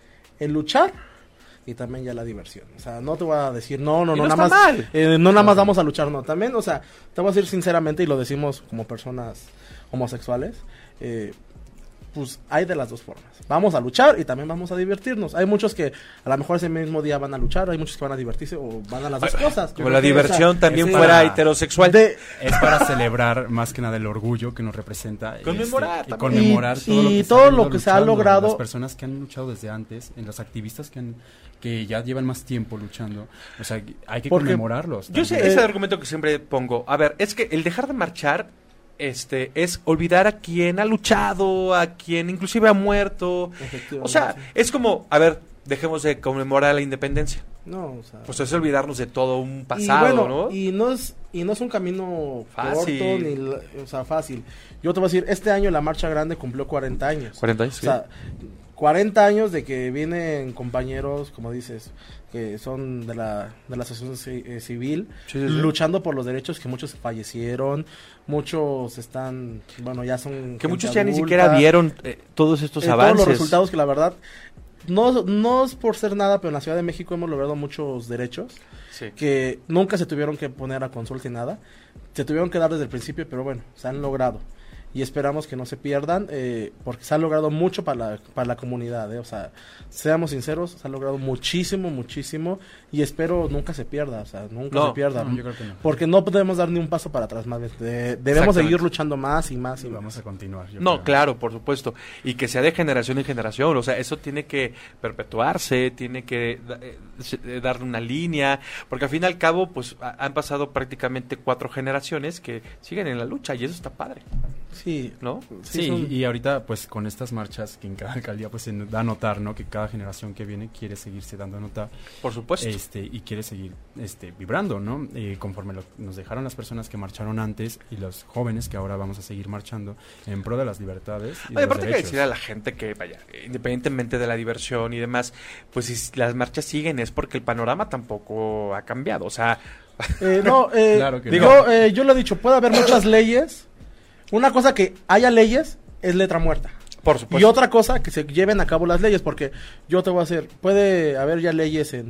El luchar y también ya la diversión. O sea, no te voy a decir, no, no, Y no, no nada está más, mal. eh, no nada más vamos a luchar, no. También, o sea, te voy a decir sinceramente, y lo decimos como personas homosexuales, eh, pues hay de las dos formas. Vamos a luchar y también vamos a divertirnos. Hay muchos que a lo mejor ese mismo día van a luchar, hay muchos que van a divertirse o van a las dos cosas. Como la Yo creo que, o sea, diversión también es fuera para- heterosexual. de- Es para celebrar más que nada el orgullo que nos representa. Conmemorar este, y también. conmemorar Y- todo lo y que, todo ha venido lo que se ha luchando, logrado. Las personas que han luchado desde antes, en los activistas que han que ya llevan más tiempo luchando. O sea, hay que Porque conmemorarlos. Yo sé también. ese argumento que siempre pongo. A ver, es que el dejar de marchar este es olvidar a quien ha luchado, a quien inclusive ha muerto. Efectivamente. O sea, es como, a ver, dejemos de conmemorar la independencia. no, o sea, Pues es olvidarnos de todo un pasado, y bueno, ¿no? y no es y no es un camino Fácil. corto ni la- o sea, fácil. Yo te voy a decir, este año la marcha grande cumplió cuarenta años. cuarenta años, O sea, cuarenta años de que vienen compañeros, como dices, que son de la de la asociación ci- eh, civil, Sí, sí, sí. luchando por los derechos, que muchos fallecieron, muchos están, bueno, ya son Que gente muchos ya ni adulta. siquiera vieron eh, todos estos Eh, avances. Todos los resultados que la verdad no, no es por ser nada, pero en la Ciudad de México hemos logrado muchos derechos Sí. que nunca se tuvieron que poner a consulta ni nada. Se tuvieron que dar desde el principio, pero bueno, se han logrado. Y esperamos que no se pierdan, eh, porque se ha logrado mucho para la, para la comunidad. eh. O sea, seamos sinceros, se ha logrado muchísimo, muchísimo. Y espero nunca se pierda, o sea, nunca No, se pierda. No, yo creo que no. Porque no podemos dar ni un paso para atrás más. bien. De- debemos Exactamente. seguir luchando más y más y Y más. vamos a continuar. yo No, creo. claro, por supuesto. Y que sea de generación en generación. O sea, eso tiene que perpetuarse, tiene que da- eh, se- eh, darle una línea. Porque al fin y al cabo, pues ha- han pasado prácticamente cuatro generaciones que siguen en la lucha y eso está padre. Sí, Sí, ¿no? Sí, Sí, son- y ahorita pues con estas marchas que en cada alcaldía pues se da a notar, ¿no? Que cada generación que viene quiere seguirse dando a notar. Por supuesto. Este, y quiere seguir este, vibrando, ¿no? Eh, conforme lo, nos dejaron las personas que marcharon antes y los jóvenes que ahora vamos a seguir marchando en pro de las libertades y de Oye, los aparte hay que derechos. decir a la gente que, vaya, independientemente de la diversión y demás, pues si las marchas siguen es porque el panorama tampoco ha cambiado. O sea, Eh, no, eh, Claro que yo, no. eh, yo lo he dicho, puede haber muchas leyes. Una cosa que haya leyes es letra muerta. por supuesto. Y otra cosa, que se lleven a cabo las leyes, porque yo te voy a hacer, puede haber ya leyes en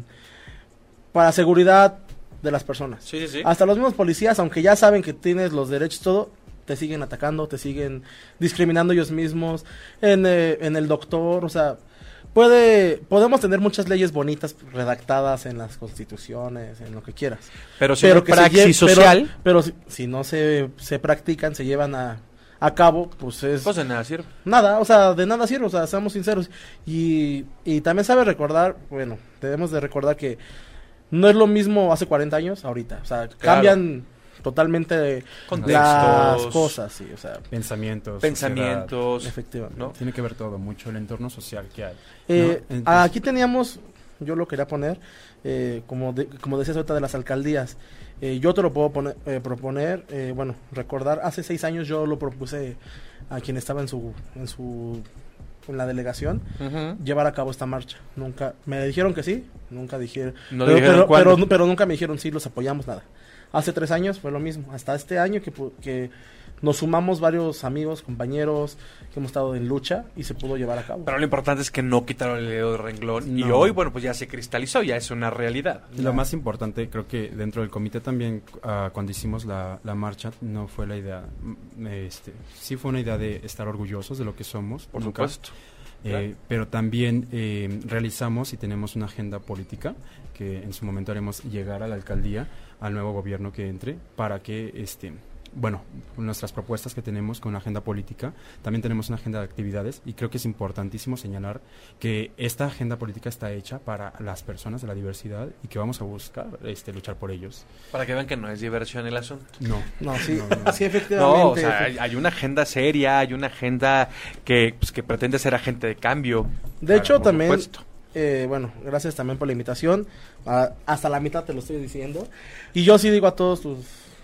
para seguridad de las personas. Sí, sí, sí. Hasta los mismos policías, aunque ya saben que tienes los derechos, todo, te siguen atacando, te siguen discriminando ellos mismos, en, eh, en el doctor, o sea, puede, podemos tener muchas leyes bonitas redactadas en las constituciones, en lo que quieras. Pero si no hay que se praxis lle- social, Pero, pero si, si no se, se practican, se llevan a, a cabo, pues es... pues de nada sirve. Nada, o sea, de nada sirve, o sea, seamos sinceros. Y, y también sabe recordar, bueno, debemos de recordar que no es lo mismo hace cuarenta años ahorita. O sea, cambian totalmente Contextos. las cosas, sí, o sea, Pensamientos, Pensamientos, efectivamente. ¿no? sociedad. Tiene que ver todo, mucho el entorno social que hay. Eh, ¿no? Entonces- aquí teníamos, yo lo quería poner, eh, como, de- como decías ahorita de las alcaldías. Eh, yo te lo puedo poner, eh, proponer, eh, bueno, recordar, hace seis años yo lo propuse a quien estaba en su, en su, en la delegación, Ujú. llevar a cabo esta marcha. Nunca, me dijeron que sí, nunca dijeron, No pero, dijeron pero, cuándo. pero, pero nunca me dijeron sí, los apoyamos, nada. Hace tres años fue lo mismo, hasta este año que, pu- que nos sumamos varios amigos, compañeros que hemos estado en lucha y se pudo llevar a cabo. Pero lo importante es que no quitaron el dedo de renglón. Y No. hoy, bueno, pues ya se cristalizó, ya es una realidad. Y lo más importante, creo que dentro del comité también, ah, cuando hicimos la, la marcha, no fue la idea, mm, este, sí fue una idea de estar orgullosos de lo que somos, Por nunca, supuesto. eh, Claro. pero también eh, realizamos y tenemos una agenda política que en su momento haremos llegar a la alcaldía, al nuevo gobierno que entre, para que, este, bueno, nuestras propuestas que tenemos con la agenda política, también tenemos una agenda de actividades y creo que es importantísimo señalar que esta agenda política está hecha para las personas de la diversidad y que vamos a buscar este, luchar por ellos. Para que vean que no es diversión el asunto. No. No, sí, No, no. sí, efectivamente. No, o sea, hay, hay una agenda seria, hay una agenda que, pues, que pretende ser agente de cambio. De hecho, Por también, supuesto. eh, bueno, gracias también por la invitación. Ah, hasta la mitad te lo estoy diciendo. Y yo sí digo a todos tus,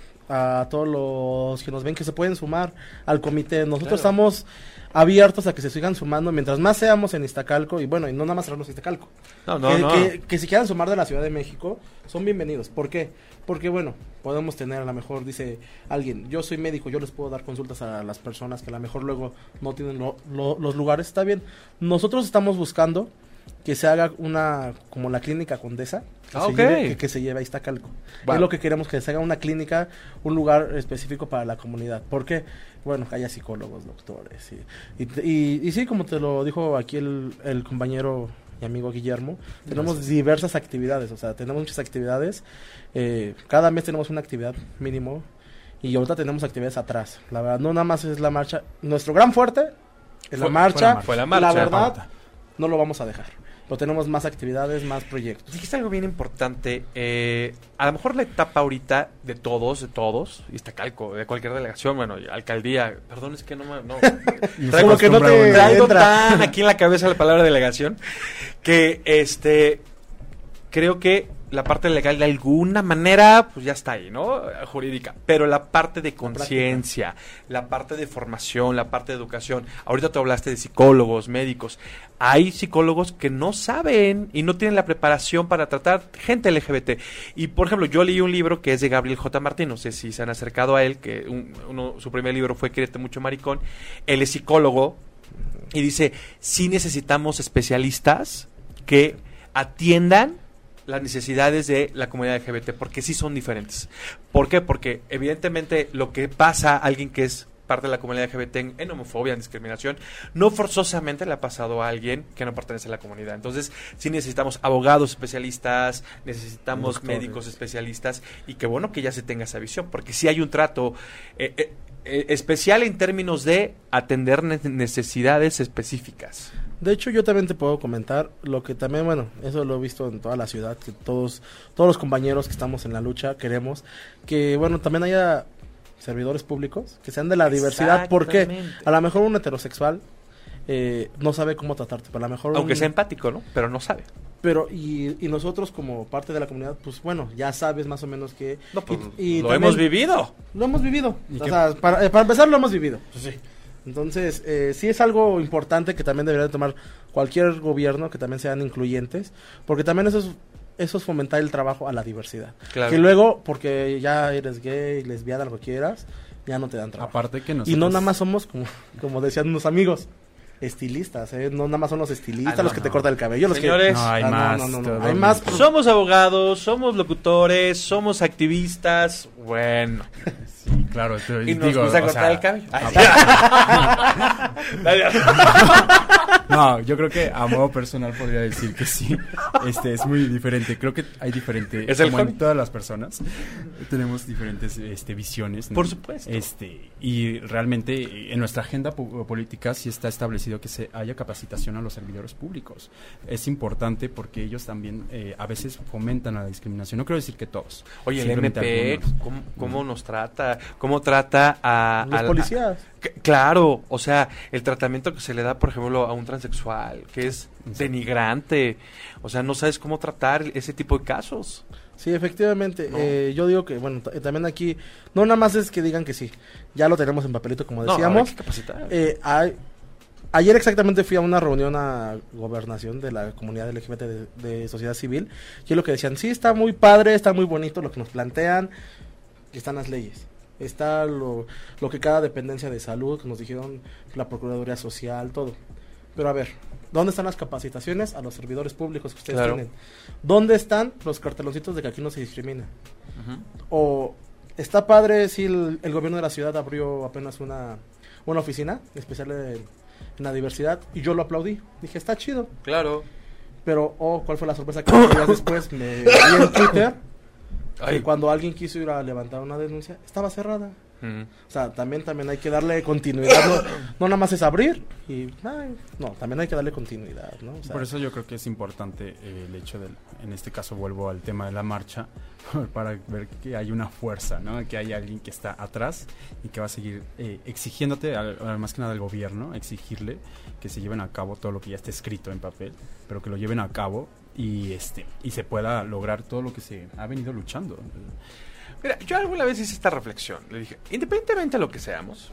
a todos los que nos ven que se pueden sumar al comité. Nosotros Claro. estamos abiertos a que se sigan sumando mientras más seamos en Iztacalco y bueno, y no nada más cerrarnos Iztacalco. No, no, que, no. que, que si quieran sumar de la Ciudad de México, son bienvenidos. ¿Por qué? Porque, bueno, podemos tener a lo mejor, dice alguien, yo soy médico, yo les puedo dar consultas a las personas que a lo mejor luego no tienen lo- lo- los lugares. Está bien. Nosotros estamos buscando que se haga una, como la clínica Condesa, que, Ah, se, ok. lleve, que, que se lleve a Iztacalco. Wow. Es lo que queremos, que se haga una clínica, un lugar específico para la comunidad. ¿Por qué? Bueno, que haya psicólogos, doctores. Y, y, y, y sí, como te lo dijo aquí el, el compañero y amigo Guillermo, tenemos Gracias. diversas actividades, o sea, tenemos muchas actividades. Eh, cada mes tenemos una actividad mínimo y ahorita tenemos actividades atrás. La verdad, no nada más es la marcha. Nuestro gran fuerte es la Fue- marcha. fue la marcha. La verdad, Pauta. no lo vamos a dejar. Pero tenemos más actividades, más proyectos. Dijiste algo bien importante. Eh, a lo mejor la etapa ahorita de todos, de todos, Iztacalco, de cualquier delegación, bueno, y alcaldía, perdón, es que no me... No, traigo, Como que no te traigo entra. tan aquí en la cabeza la palabra delegación, que este, creo que la parte legal de alguna manera, pues ya está ahí, ¿no? Jurídica. Pero la parte de conciencia, la parte de formación, la parte de educación. Ahorita tú hablaste de psicólogos, médicos. Hay psicólogos que no saben y no tienen la preparación para tratar gente L G B T. Y, por ejemplo, yo leí un libro que es de Gabriel J. Martín. No sé si se han acercado a él, que un- uno, su primer libro fue Quírete mucho, maricón. Él es psicólogo y dice, sí necesitamos especialistas que atiendan las necesidades de la comunidad L G B T, porque sí son diferentes. ¿Por qué? Porque evidentemente lo que pasa a alguien que es parte de la comunidad L G B T en, en homofobia, en discriminación, no forzosamente le ha pasado a alguien que no pertenece a la comunidad. Entonces, sí necesitamos abogados especialistas, necesitamos Doctores. médicos especialistas, y qué bueno que ya se tenga esa visión, porque sí hay un trato eh, eh, eh, especial en términos de atender ne- necesidades específicas. De hecho, yo también te puedo comentar lo que también, bueno, eso lo he visto en toda la ciudad, que todos, todos los compañeros que estamos en la lucha queremos que, bueno, también haya servidores públicos, que sean de la diversidad, porque a lo mejor un heterosexual eh, no sabe cómo tratarte, pero a lo mejor... Aunque un, sea empático, ¿no? Pero no sabe. Pero, y, y nosotros como parte de la comunidad, pues bueno, ya sabes más o menos que... No, pues, y, y lo también, hemos vivido. Lo hemos vivido. O qué? sea, para, eh, para empezar lo hemos vivido. Pues sí. Entonces, eh, sí es algo importante que también debería de tomar cualquier gobierno, que también sean incluyentes, porque también eso es, eso es fomentar el trabajo a la diversidad. Claro. Que luego, porque ya eres gay, lesbiana, lo que quieras, ya no te dan trabajo. Aparte que nosotros... Y no nada más somos, como, como decían unos amigos, estilistas, ¿eh? No nada más son los estilistas Ah, no, los que no. te cortan el cabello, los Señores, que... No, hay Ah, más. no, no, no, todo hay más. bien. Somos abogados, somos locutores, somos activistas. Bueno. Sí, claro. Te, Y nos digo, gusta o cortar sea, el cabello. No, yo creo que a modo personal podría decir que sí. Este es muy diferente. Creo que hay diferente. ¿Es el como en hobby? todas las personas tenemos diferentes este, visiones, ¿no? Por supuesto. Este y realmente en nuestra agenda po- política sí está establecido que se haya capacitación a los servidores públicos. Es importante porque ellos también eh, a veces fomentan la discriminación. No quiero decir que todos. Oye, el simplemente M P, algunos. ¿cómo, cómo nos trata? ¿Cómo trata a... Los a- policías. a- que- claro, o sea, el tratamiento que se le da, por ejemplo, a un transexual, que es denigrante. O sea, no sabes cómo tratar ese tipo de casos. Sí, efectivamente. No. Eh, yo digo que, bueno, t- también aquí, no nada más es que digan que sí. Ya lo tenemos en papelito, como No, decíamos. hay que capacitar. Eh, hay- ayer exactamente fui a una reunión a gobernación de la comunidad L G B T de, de sociedad civil. Y es lo que decían, sí, está muy padre, está muy bonito lo que nos plantean. Están las leyes. Está lo, lo que cada dependencia de salud, que nos dijeron la Procuraduría Social, todo. Pero a ver, ¿dónde están las capacitaciones a los servidores públicos que ustedes Claro. tienen? ¿Dónde están los carteloncitos de que aquí no se discrimina? Ujú. O está padre si el, el gobierno de la ciudad abrió apenas una, una oficina especial en, en la diversidad y yo lo aplaudí. Dije, está chido. Claro. Pero, oh, ¿cuál fue la sorpresa? Que días después me vi en Twitter Ay. que cuando alguien quiso ir a levantar una denuncia, estaba cerrada. Mm. O sea, también, también hay que darle continuidad. No, no nada más es abrir y... ay, no, también hay que darle continuidad, ¿no? O sea, Por eso yo creo que es importante eh, el hecho del, en este caso vuelvo al tema de la marcha, para ver que hay una fuerza, ¿no? Que hay alguien que está atrás y que va a seguir eh, exigiéndote, al, al más que nada al gobierno, exigirle que se lleven a cabo todo lo que ya está escrito en papel, pero que lo lleven a cabo y este y se pueda lograr todo lo que se ha venido luchando. Mira, yo alguna vez hice esta reflexión. Le dije, independientemente de lo que seamos,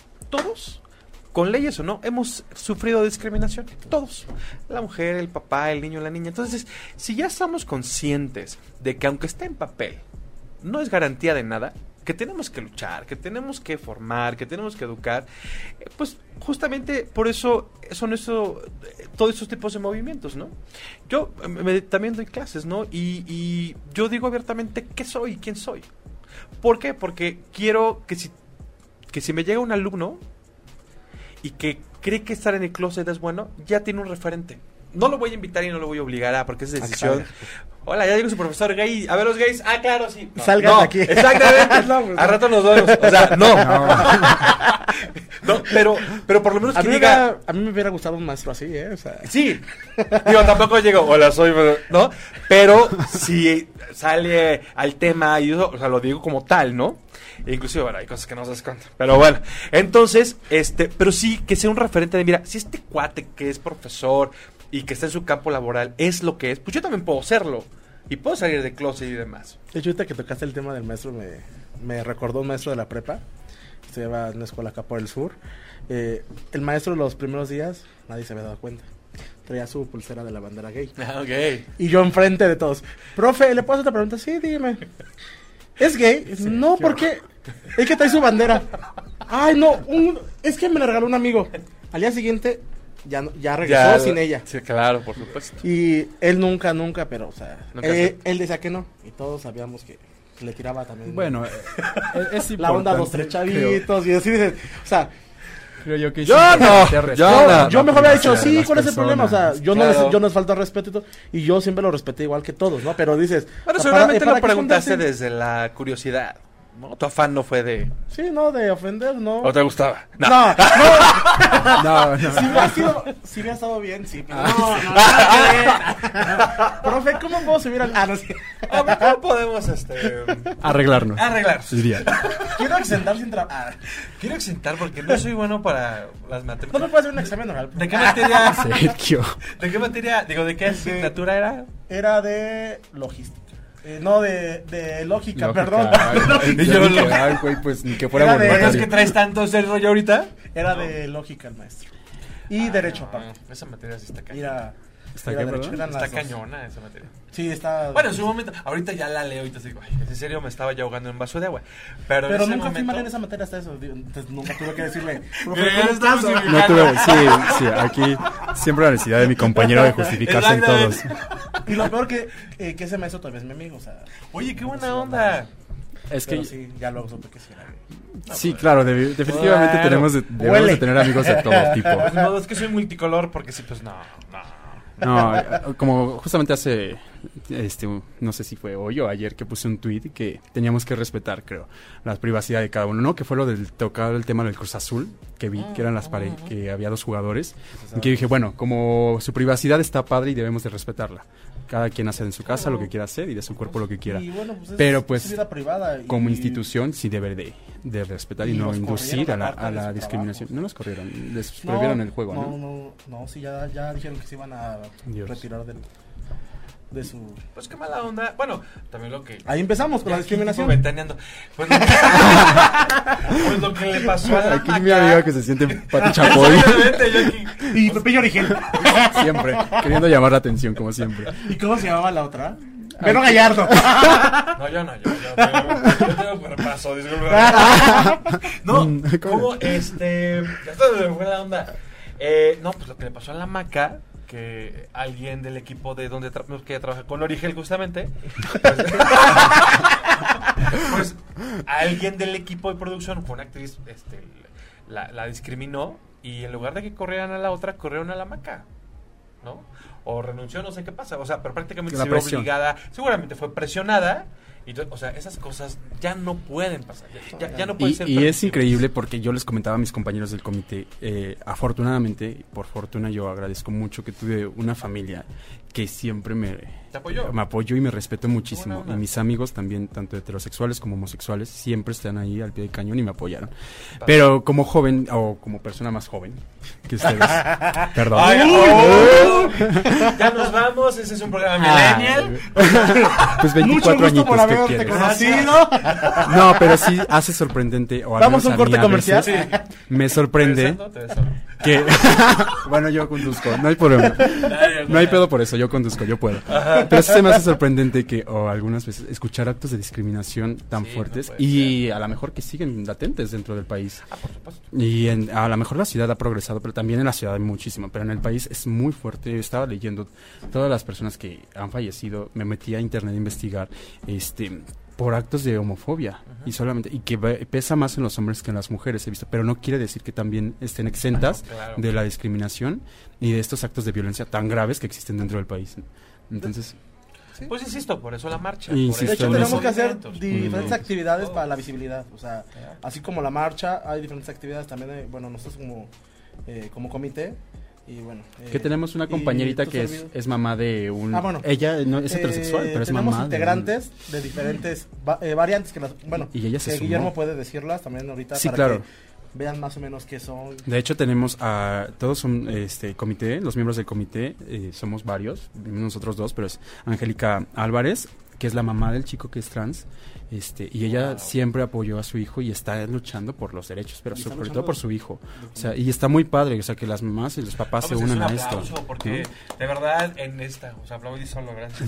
todos, con leyes o no, hemos sufrido discriminación. Todos. La mujer, el papá, el niño, la niña. Entonces, si ya estamos conscientes de que aunque esté en papel, no es garantía de nada, que tenemos que luchar, que tenemos que formar, que tenemos que educar, eh, pues justamente por eso son eso, eh, todos esos tipos de movimientos, ¿no? Yo eh, me- también doy clases, ¿no? Y, y yo digo abiertamente qué soy, quién soy. ¿Por qué? Porque quiero que si, que si me llega un alumno y que cree que estar en el closet es bueno, ya tiene un referente. No lo voy a invitar y no lo voy a obligar a, porque es decisión. Hola, ya digo su profesor gay. A ver los gays. Ah, claro, sí. No, Salgan no, de aquí. Exactamente. No, pues, a no. rato nos vemos. O sea, no. No, pero, pero por lo menos a, que mí me diga. hubiera, a mí me hubiera gustado un maestro así, ¿eh? O sea, Sí. Digo, tampoco llego. Hola, soy. ¿No? Pero si sale al tema y eso, o sea, lo digo como tal, ¿no? E inclusive, bueno, hay cosas que no se das cuenta. Pero bueno, entonces, este, pero sí que sea un referente de, mira, si este cuate que es profesor y que está en su campo laboral es lo que es, pues yo también puedo serlo. Y puedo salir de closet y demás. de hecho, ahorita que tocaste el tema del maestro, me, me recordó un maestro de la prepa. Estudiaba en una escuela acá por el sur. Eh, el maestro los primeros días, nadie se había dado cuenta. Traía su pulsera de la bandera gay. Ah, ok. Y yo enfrente de todos. Profe, ¿le puedo hacer otra pregunta? Sí, dígame. ¿Es gay? No, ¿por qué? Es que trae su bandera. Ay, no, un- es que me la regaló un amigo. Al día siguiente, ya, no- ya regresó sin ella. Sí, claro, por supuesto. Y él nunca, nunca, pero, o sea, Nunca eh, se- él decía que no. Y todos sabíamos que le tiraba también. Bueno, eh, es, es la onda a los importante, tres creo- chavitos. Y así dices, o sea, Creo yo que Yo sí, no, te yo respeta no. la yo mejor había dicho, privacidad de sí, las ¿cuál es el problema? O sea, personas. yo no, Claro. les, yo no les falto al respeto y todo. Y yo siempre lo respeté igual que todos, ¿no? Pero dices... Bueno, o sea, seguramente ¿para- lo para qué preguntaste juntarse? desde la curiosidad. ¿no? Tu afán no fue de... Sí, no, de ofender, no. ¿O te gustaba? No, no. No, no. Si hubiera sido, si hubiera estado bien, sí. Pero no, no, no. Profe, ¿cómo puedo subir al...? Ah, no sé. A ver, ¿cómo podemos, este... Arreglarnos. arreglar? Diría. Quiero exentar sin trabajar. Quiero exentar porque no soy bueno para las ¿No matemáticas. me puedes hacer un examen oral? ¿De qué materia? Sergio. ¿De qué materia? Digo, ¿de qué asignatura era? Era de logística. Eh, no, de, de lógica, Lógica. perdón. Ay, Y yo yo lo- dije, ay, güey, pues ni que fuera Era de- Bueno, es voluntario. que traes tanto ese rollo ahorita. Era de lógica el maestro. Y derecho aparte. Ah, esa materia sí está cañona. Mira, ¿Está era qué, derecho, perdón? eran Está las dos. cañona esa materia. Sí, está... Bueno, en su momento, ahorita ya la leo y te digo, ay, en serio me estaba ya ahogando en un vaso de agua. Pero, Pero en ese nunca fui momento, mal en esa materia hasta eso. digo, Entonces nunca tuve que decirle... Pero ya ¿cómo estamos estás? en- No tuve, sí, sí, aquí siempre la necesidad de mi compañero de justificarse en todos. Exactamente. Y lo peor que, eh, que ese maestro todavía es mi amigo, o sea... Oye, qué buena onda. Es Pero que sí, ya luego supe que sí era gay. sí, claro, de- definitivamente Claro. tenemos de, debemos Huele. de tener amigos de todo tipo. Pues no, es que soy multicolor porque sí, pues no, no. No, eh, como justamente hace, este, no sé si fue hoy o ayer que puse un tweet que teníamos que respetar, creo, la privacidad de cada uno, ¿no? Que fue lo del tocado el tema del Cruz Azul, que vi que eran las pare que había dos jugadores, y que dije, bueno, como su privacidad está padre y debemos de respetarla. Cada quien hace en su casa lo que quiera hacer y de su cuerpo lo que quiera. Y bueno, pues es, Pero, pues, es vida privada. y- Como institución sí debe de, de respetar y, Y no los inducir a corrieron la, aparte a de la su discriminación. trabajo. No los corrieron, les No, prohibieron el juego, ¿no? No, no, no, sí, ya, ya dijeron que se iban a Dios. retirar del, de su... Pues qué mala onda. Bueno, también lo que... Ahí empezamos con Ya la aquí tipo discriminación. ventaneando. Pues lo, que, pues lo que le pasó a la Aquí mi maca- amiga que se siente Pati Chapoy. Exactamente, yo aquí. Y Pepillo Origel. Siempre, queriendo llamar la atención, como siempre. ¿Y cómo se llamaba la otra? Vero Gallardo. No, yo no, yo, yo tengo, yo tengo cuerpazo, disculpa. No, Mm, ¿cómo? como este. Ya está, se me fue la onda. Eh, no, pues lo que le pasó a la maca, que alguien del equipo de donde tra que trabaja con Origel justamente, pues, pues alguien del equipo de producción, fue una actriz, este, la, la discriminó y en lugar de que corrieran a la otra, corrieron a la maca, ¿no? O renunció, no sé qué pasa, o sea, pero prácticamente La se vio presión. obligada, seguramente fue presionada. Y, o sea, esas cosas ya no pueden pasar, ya, ya, ya no pueden Y, ser y es permitidas. increíble porque yo les comentaba a mis compañeros del comité, eh, afortunadamente, por fortuna yo agradezco mucho que tuve una familia que siempre me, ¿Te apoyó? me apoyó y me respetó muchísimo. Buena onda. Y mis amigos también, tanto heterosexuales como homosexuales, siempre están ahí al pie del cañón y me apoyaron. Pero como joven, o como persona más joven que ustedes, perdón. Ay, oh, ya nos vamos, ese es un programa Ah, millennial. pues Mucho veinticuatro gusto por añitos, ¿qué haberte quieres? conocido. No, pero sí hace sorprendente. O al Vamos menos a un mí corte a comercial. veces Me sorprende ¿Te desando? ¿Te desando? que. Bueno, yo conduzco, no hay problema. No hay pedo por eso, yo conduzco, yo puedo. Pero sí se me hace sorprendente que, o algunas veces, escuchar actos de discriminación tan Sí, fuertes no puede y a lo mejor que siguen latentes dentro del país. Ah, por supuesto. Y en, a lo mejor la ciudad ha progresado, pero también en la ciudad hay muchísimo. Pero en el país es muy fuerte. Estaba leyendo todas las personas que han fallecido. Me metí a internet a investigar este por actos de homofobia y solamente y que ve- pesa más en los hombres que en las mujeres he visto, pero no quiere decir que también estén exentas Ah, no, claro. de la discriminación y de estos actos de violencia tan graves que existen dentro del país. Entonces, Pues insisto, por eso la marcha. Insisto, por De hecho, eso tenemos los que hacer movimientos. diferentes Mm. actividades Todos. para la visibilidad. O sea, así como la marcha, hay diferentes actividades también. eh, bueno, nosotros como, eh, como comité. Y bueno, eh, que tenemos una y compañerita tu que es, servidor- es mamá de un... Ah, bueno. Ella no es heterosexual, Eh, pero es tenemos mamá de un- integrantes de, diferentes va- eh, variantes que las, bueno, Y ella se que sumó. Guillermo puede decirlas también ahorita Sí, para claro. que vean más o menos qué son. De hecho, tenemos a todos son este comité, los miembros del comité, eh, somos varios, nosotros dos, pero es Angélica Álvarez, que es la mamá del chico que es trans, este y ella siempre apoyó a su hijo y está luchando por los derechos, pero Y está sobre luchando todo por su hijo. O sea, y está muy padre, o sea, que las mamás y los papás se Vamos, es unan un a esto. aplauso, porque ¿no? de verdad en esta, o sea, aplaudí solo, gracias.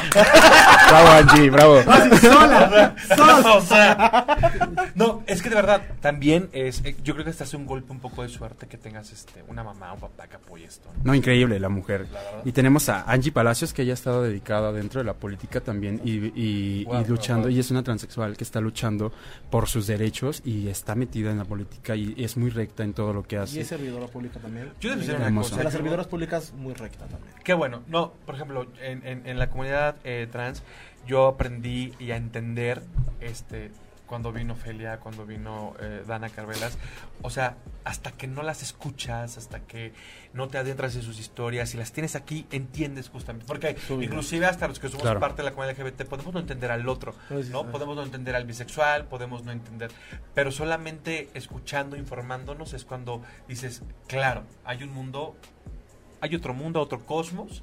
Bravo, Angie, bravo. sola, sola. O sea, no, es que de verdad también es, eh, yo creo que este hace un golpe un poco de suerte que tengas este una mamá o un papá que apoye esto, ¿no? No, increíble la mujer. La verdad. Y tenemos a Angie Palacios, que ella ha estado dedicada dentro de la política también y, y- Wow, y luchando, wow, wow. y es una transexual que está luchando por sus derechos y está metida en la política y es muy recta en todo lo que Y hace. es servidora pública también. Yo debo Eh, decir una hermoso. cosa. de las que- servidoras públicas muy recta también. Qué bueno. No, por ejemplo, en, en, en la comunidad eh, trans, yo aprendí y a entender este cuando vino Ofelia, cuando vino eh, Dana Carvelas, o sea, hasta que no las escuchas, hasta que no te adentras en sus historias y las tienes aquí, entiendes justamente, porque Subir. inclusive hasta los que somos claro. parte de la comunidad L G B T podemos no entender al otro, pues, ¿no? Sí. Podemos no entender al bisexual, podemos no entender, pero solamente escuchando, informándonos es cuando dices, claro, hay un mundo, hay otro mundo, otro cosmos,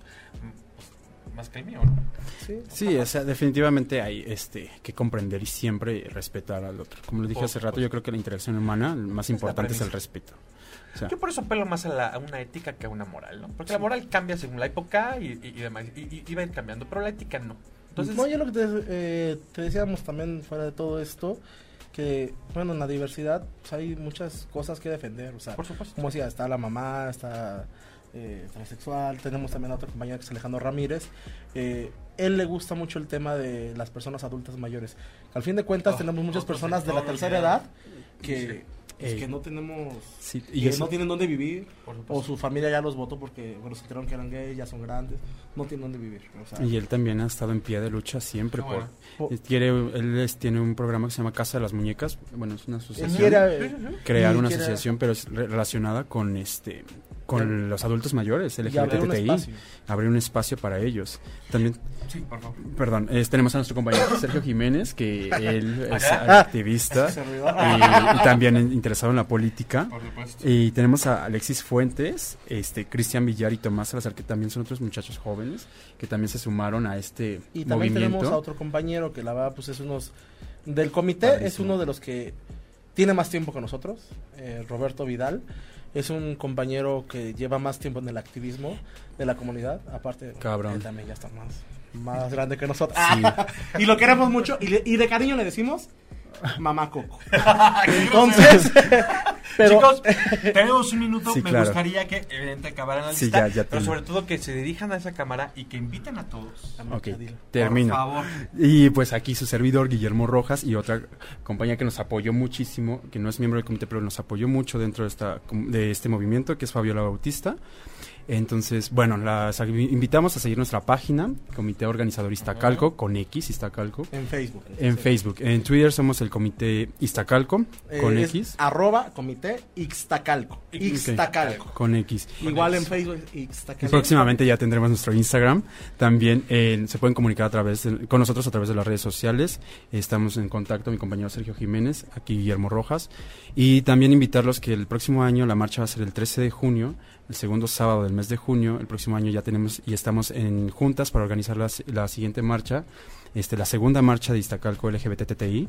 más que el mío, ¿no? Sí, sí, o sea, definitivamente hay este que comprender y siempre respetar al otro. Como lo dije por, hace rato, yo creo que la interacción humana, lo más importante es, es el respeto. O sea, yo por eso apelo más a, la, a una ética que a una moral, ¿no? Porque sí. la moral cambia según la época y, y, y demás, y, y, y va a ir cambiando, pero la ética no. Entonces, no, yo lo que te, eh, te decíamos también fuera de todo esto, que, bueno, en la diversidad pues, hay muchas cosas que defender, o sea, por supuesto. Como decía, está la mamá, está... Eh, transexual, tenemos también a otro compañero que es Alejandro Ramírez, eh, él le gusta mucho el tema de las personas adultas mayores, al fin de cuentas oh, tenemos muchas personas de la tercera edad que, sí. pues, que no tenemos sí, y que eso, no tienen dónde vivir o su familia ya los votó porque bueno, se enteraron que eran gays, ya son grandes, no tienen dónde vivir, o sea, y él también ha estado en pie de lucha siempre oh, por, bueno. quiere, él es, tiene un programa que se llama Casa de las Muñecas, bueno, es una asociación, quiere, crear una quiere, asociación pero es relacionada con este con los adultos mayores, L G B T T I, abrir un espacio para ellos. También, sí, por favor. Perdón, es, tenemos a nuestro compañero Sergio Jiménez, que él es activista y, y también interesado en la política. Por supuesto. Y tenemos a Alexis Fuentes, este Cristian Villar y Tomás Salazar, que también son otros muchachos jóvenes, que también se sumaron a este movimiento. Y también movimiento. tenemos a otro compañero que la verdad pues es unos del comité, Padrísimo. Es uno de los que tiene más tiempo que nosotros, eh, Roberto Vidal. Es un compañero que lleva más tiempo en el activismo de la comunidad. Aparte, Cabrón. él también ya está más, más grande que nosotros. Sí. Y lo queremos mucho. Y, le, y de cariño le decimos Mamá Coco. Entonces, pero chicos, tenemos un minuto. Sí, me claro. gustaría que evidentemente acabaran la sí, lista, ya, ya pero sobre todo que se dirijan a esa cámara y que inviten a todos. Ok, termino. Por favor. Y pues aquí su servidor Guillermo Rojas y otra compañía que nos apoyó muchísimo, que no es miembro del comité, pero nos apoyó mucho dentro de esta de este movimiento, que es Fabiola Bautista. Entonces, bueno, las invitamos a seguir nuestra página, Comité Organizador Iztacalco, con X, Iztacalco. En Facebook. En sí. Facebook. En Twitter somos el Comité Iztacalco, eh, con X. Arroba Comité Ixtacalco. Ixtacalco. Okay. Con X. Igual con en Facebook, Ixtacalco. Próximamente ya tendremos nuestro Instagram. También eh, se pueden comunicar a través de, con nosotros a través de las redes sociales. Estamos en contacto, mi compañero Sergio Jiménez, aquí Guillermo Rojas. Y también invitarlos que el próximo año, la marcha va a ser el trece de junio, el segundo sábado del mes de junio. El próximo año ya tenemos y estamos en juntas para organizar la, la siguiente marcha, este la segunda marcha de Iztacalco L G B T T I.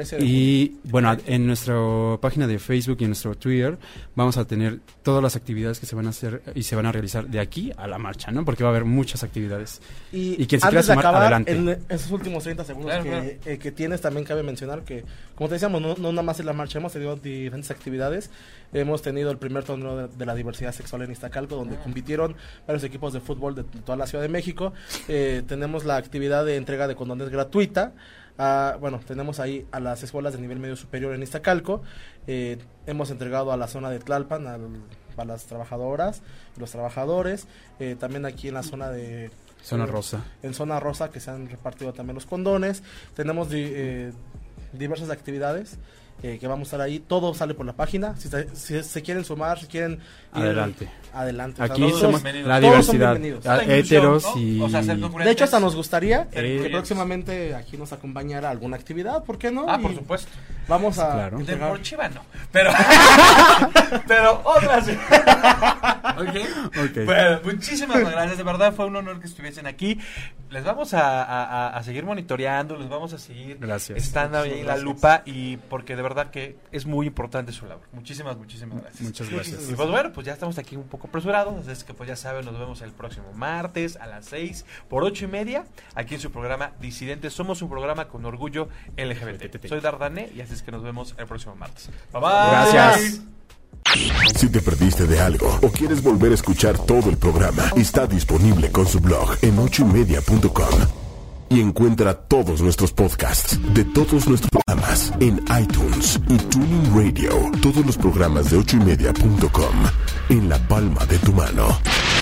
Y bueno, en nuestra página de Facebook y en nuestro Twitter vamos a tener todas las actividades que se van a hacer y se van a realizar de aquí a la marcha, ¿no? Porque va a haber muchas actividades. Y, y quien se quiera sumar, adelante. En esos últimos treinta segundos claro, que, claro. Eh, que tienes, también cabe mencionar que, como te decíamos, no, no nada más en la marcha, hemos tenido diferentes actividades. Hemos tenido el primer torneo de, de la diversidad sexual en Iztacalco, donde compitieron varios equipos de fútbol de toda la Ciudad de México. Eh, tenemos la actividad de entrega de condones gratuita. Uh, bueno, tenemos ahí a las escuelas de nivel medio superior en Iztacalco. Eh, hemos entregado a la zona de Tlalpan, al, a las trabajadoras, los trabajadores. Eh, también aquí en la zona de... Zona eh, rosa. En zona rosa, que se han repartido también los condones. Tenemos di, eh, diversas actividades. Eh, que vamos a estar ahí, todo sale por la página. Si se, si se quieren sumar, si quieren ir, adelante, adelante. Aquí o sea, somos la diversidad, heteros ¿no? y o sea, de hecho hasta nos gustaría eh, que próximamente aquí nos acompañara alguna actividad, ¿por qué no? Ah, y por supuesto. Vamos a claro. De por Chiva no, pero pero otras. Okay. Okay. Bueno, muchísimas gracias, de verdad fue un honor que estuviesen aquí. Les vamos a, a, a seguir monitoreando, les vamos a seguir gracias. estando ahí en la lupa y porque de verdad que es muy importante su labor. Muchísimas, muchísimas gracias. Muchas gracias. Y pues bueno, pues ya estamos aquí un poco apresurados, así que pues ya saben, nos vemos el próximo martes a las seis por ocho y media, aquí en su programa Disidentes. Somos un programa con orgullo L G B T. Soy Dardané y así es que nos vemos el próximo martes. Bye bye. Gracias. Si te perdiste de algo o quieres volver a escuchar todo el programa, está disponible con su blog en ocho y media punto com. Y encuentra todos nuestros podcasts de todos nuestros programas en iTunes y Tuning Radio. Todos los programas de ocho y media punto com en la palma de tu mano.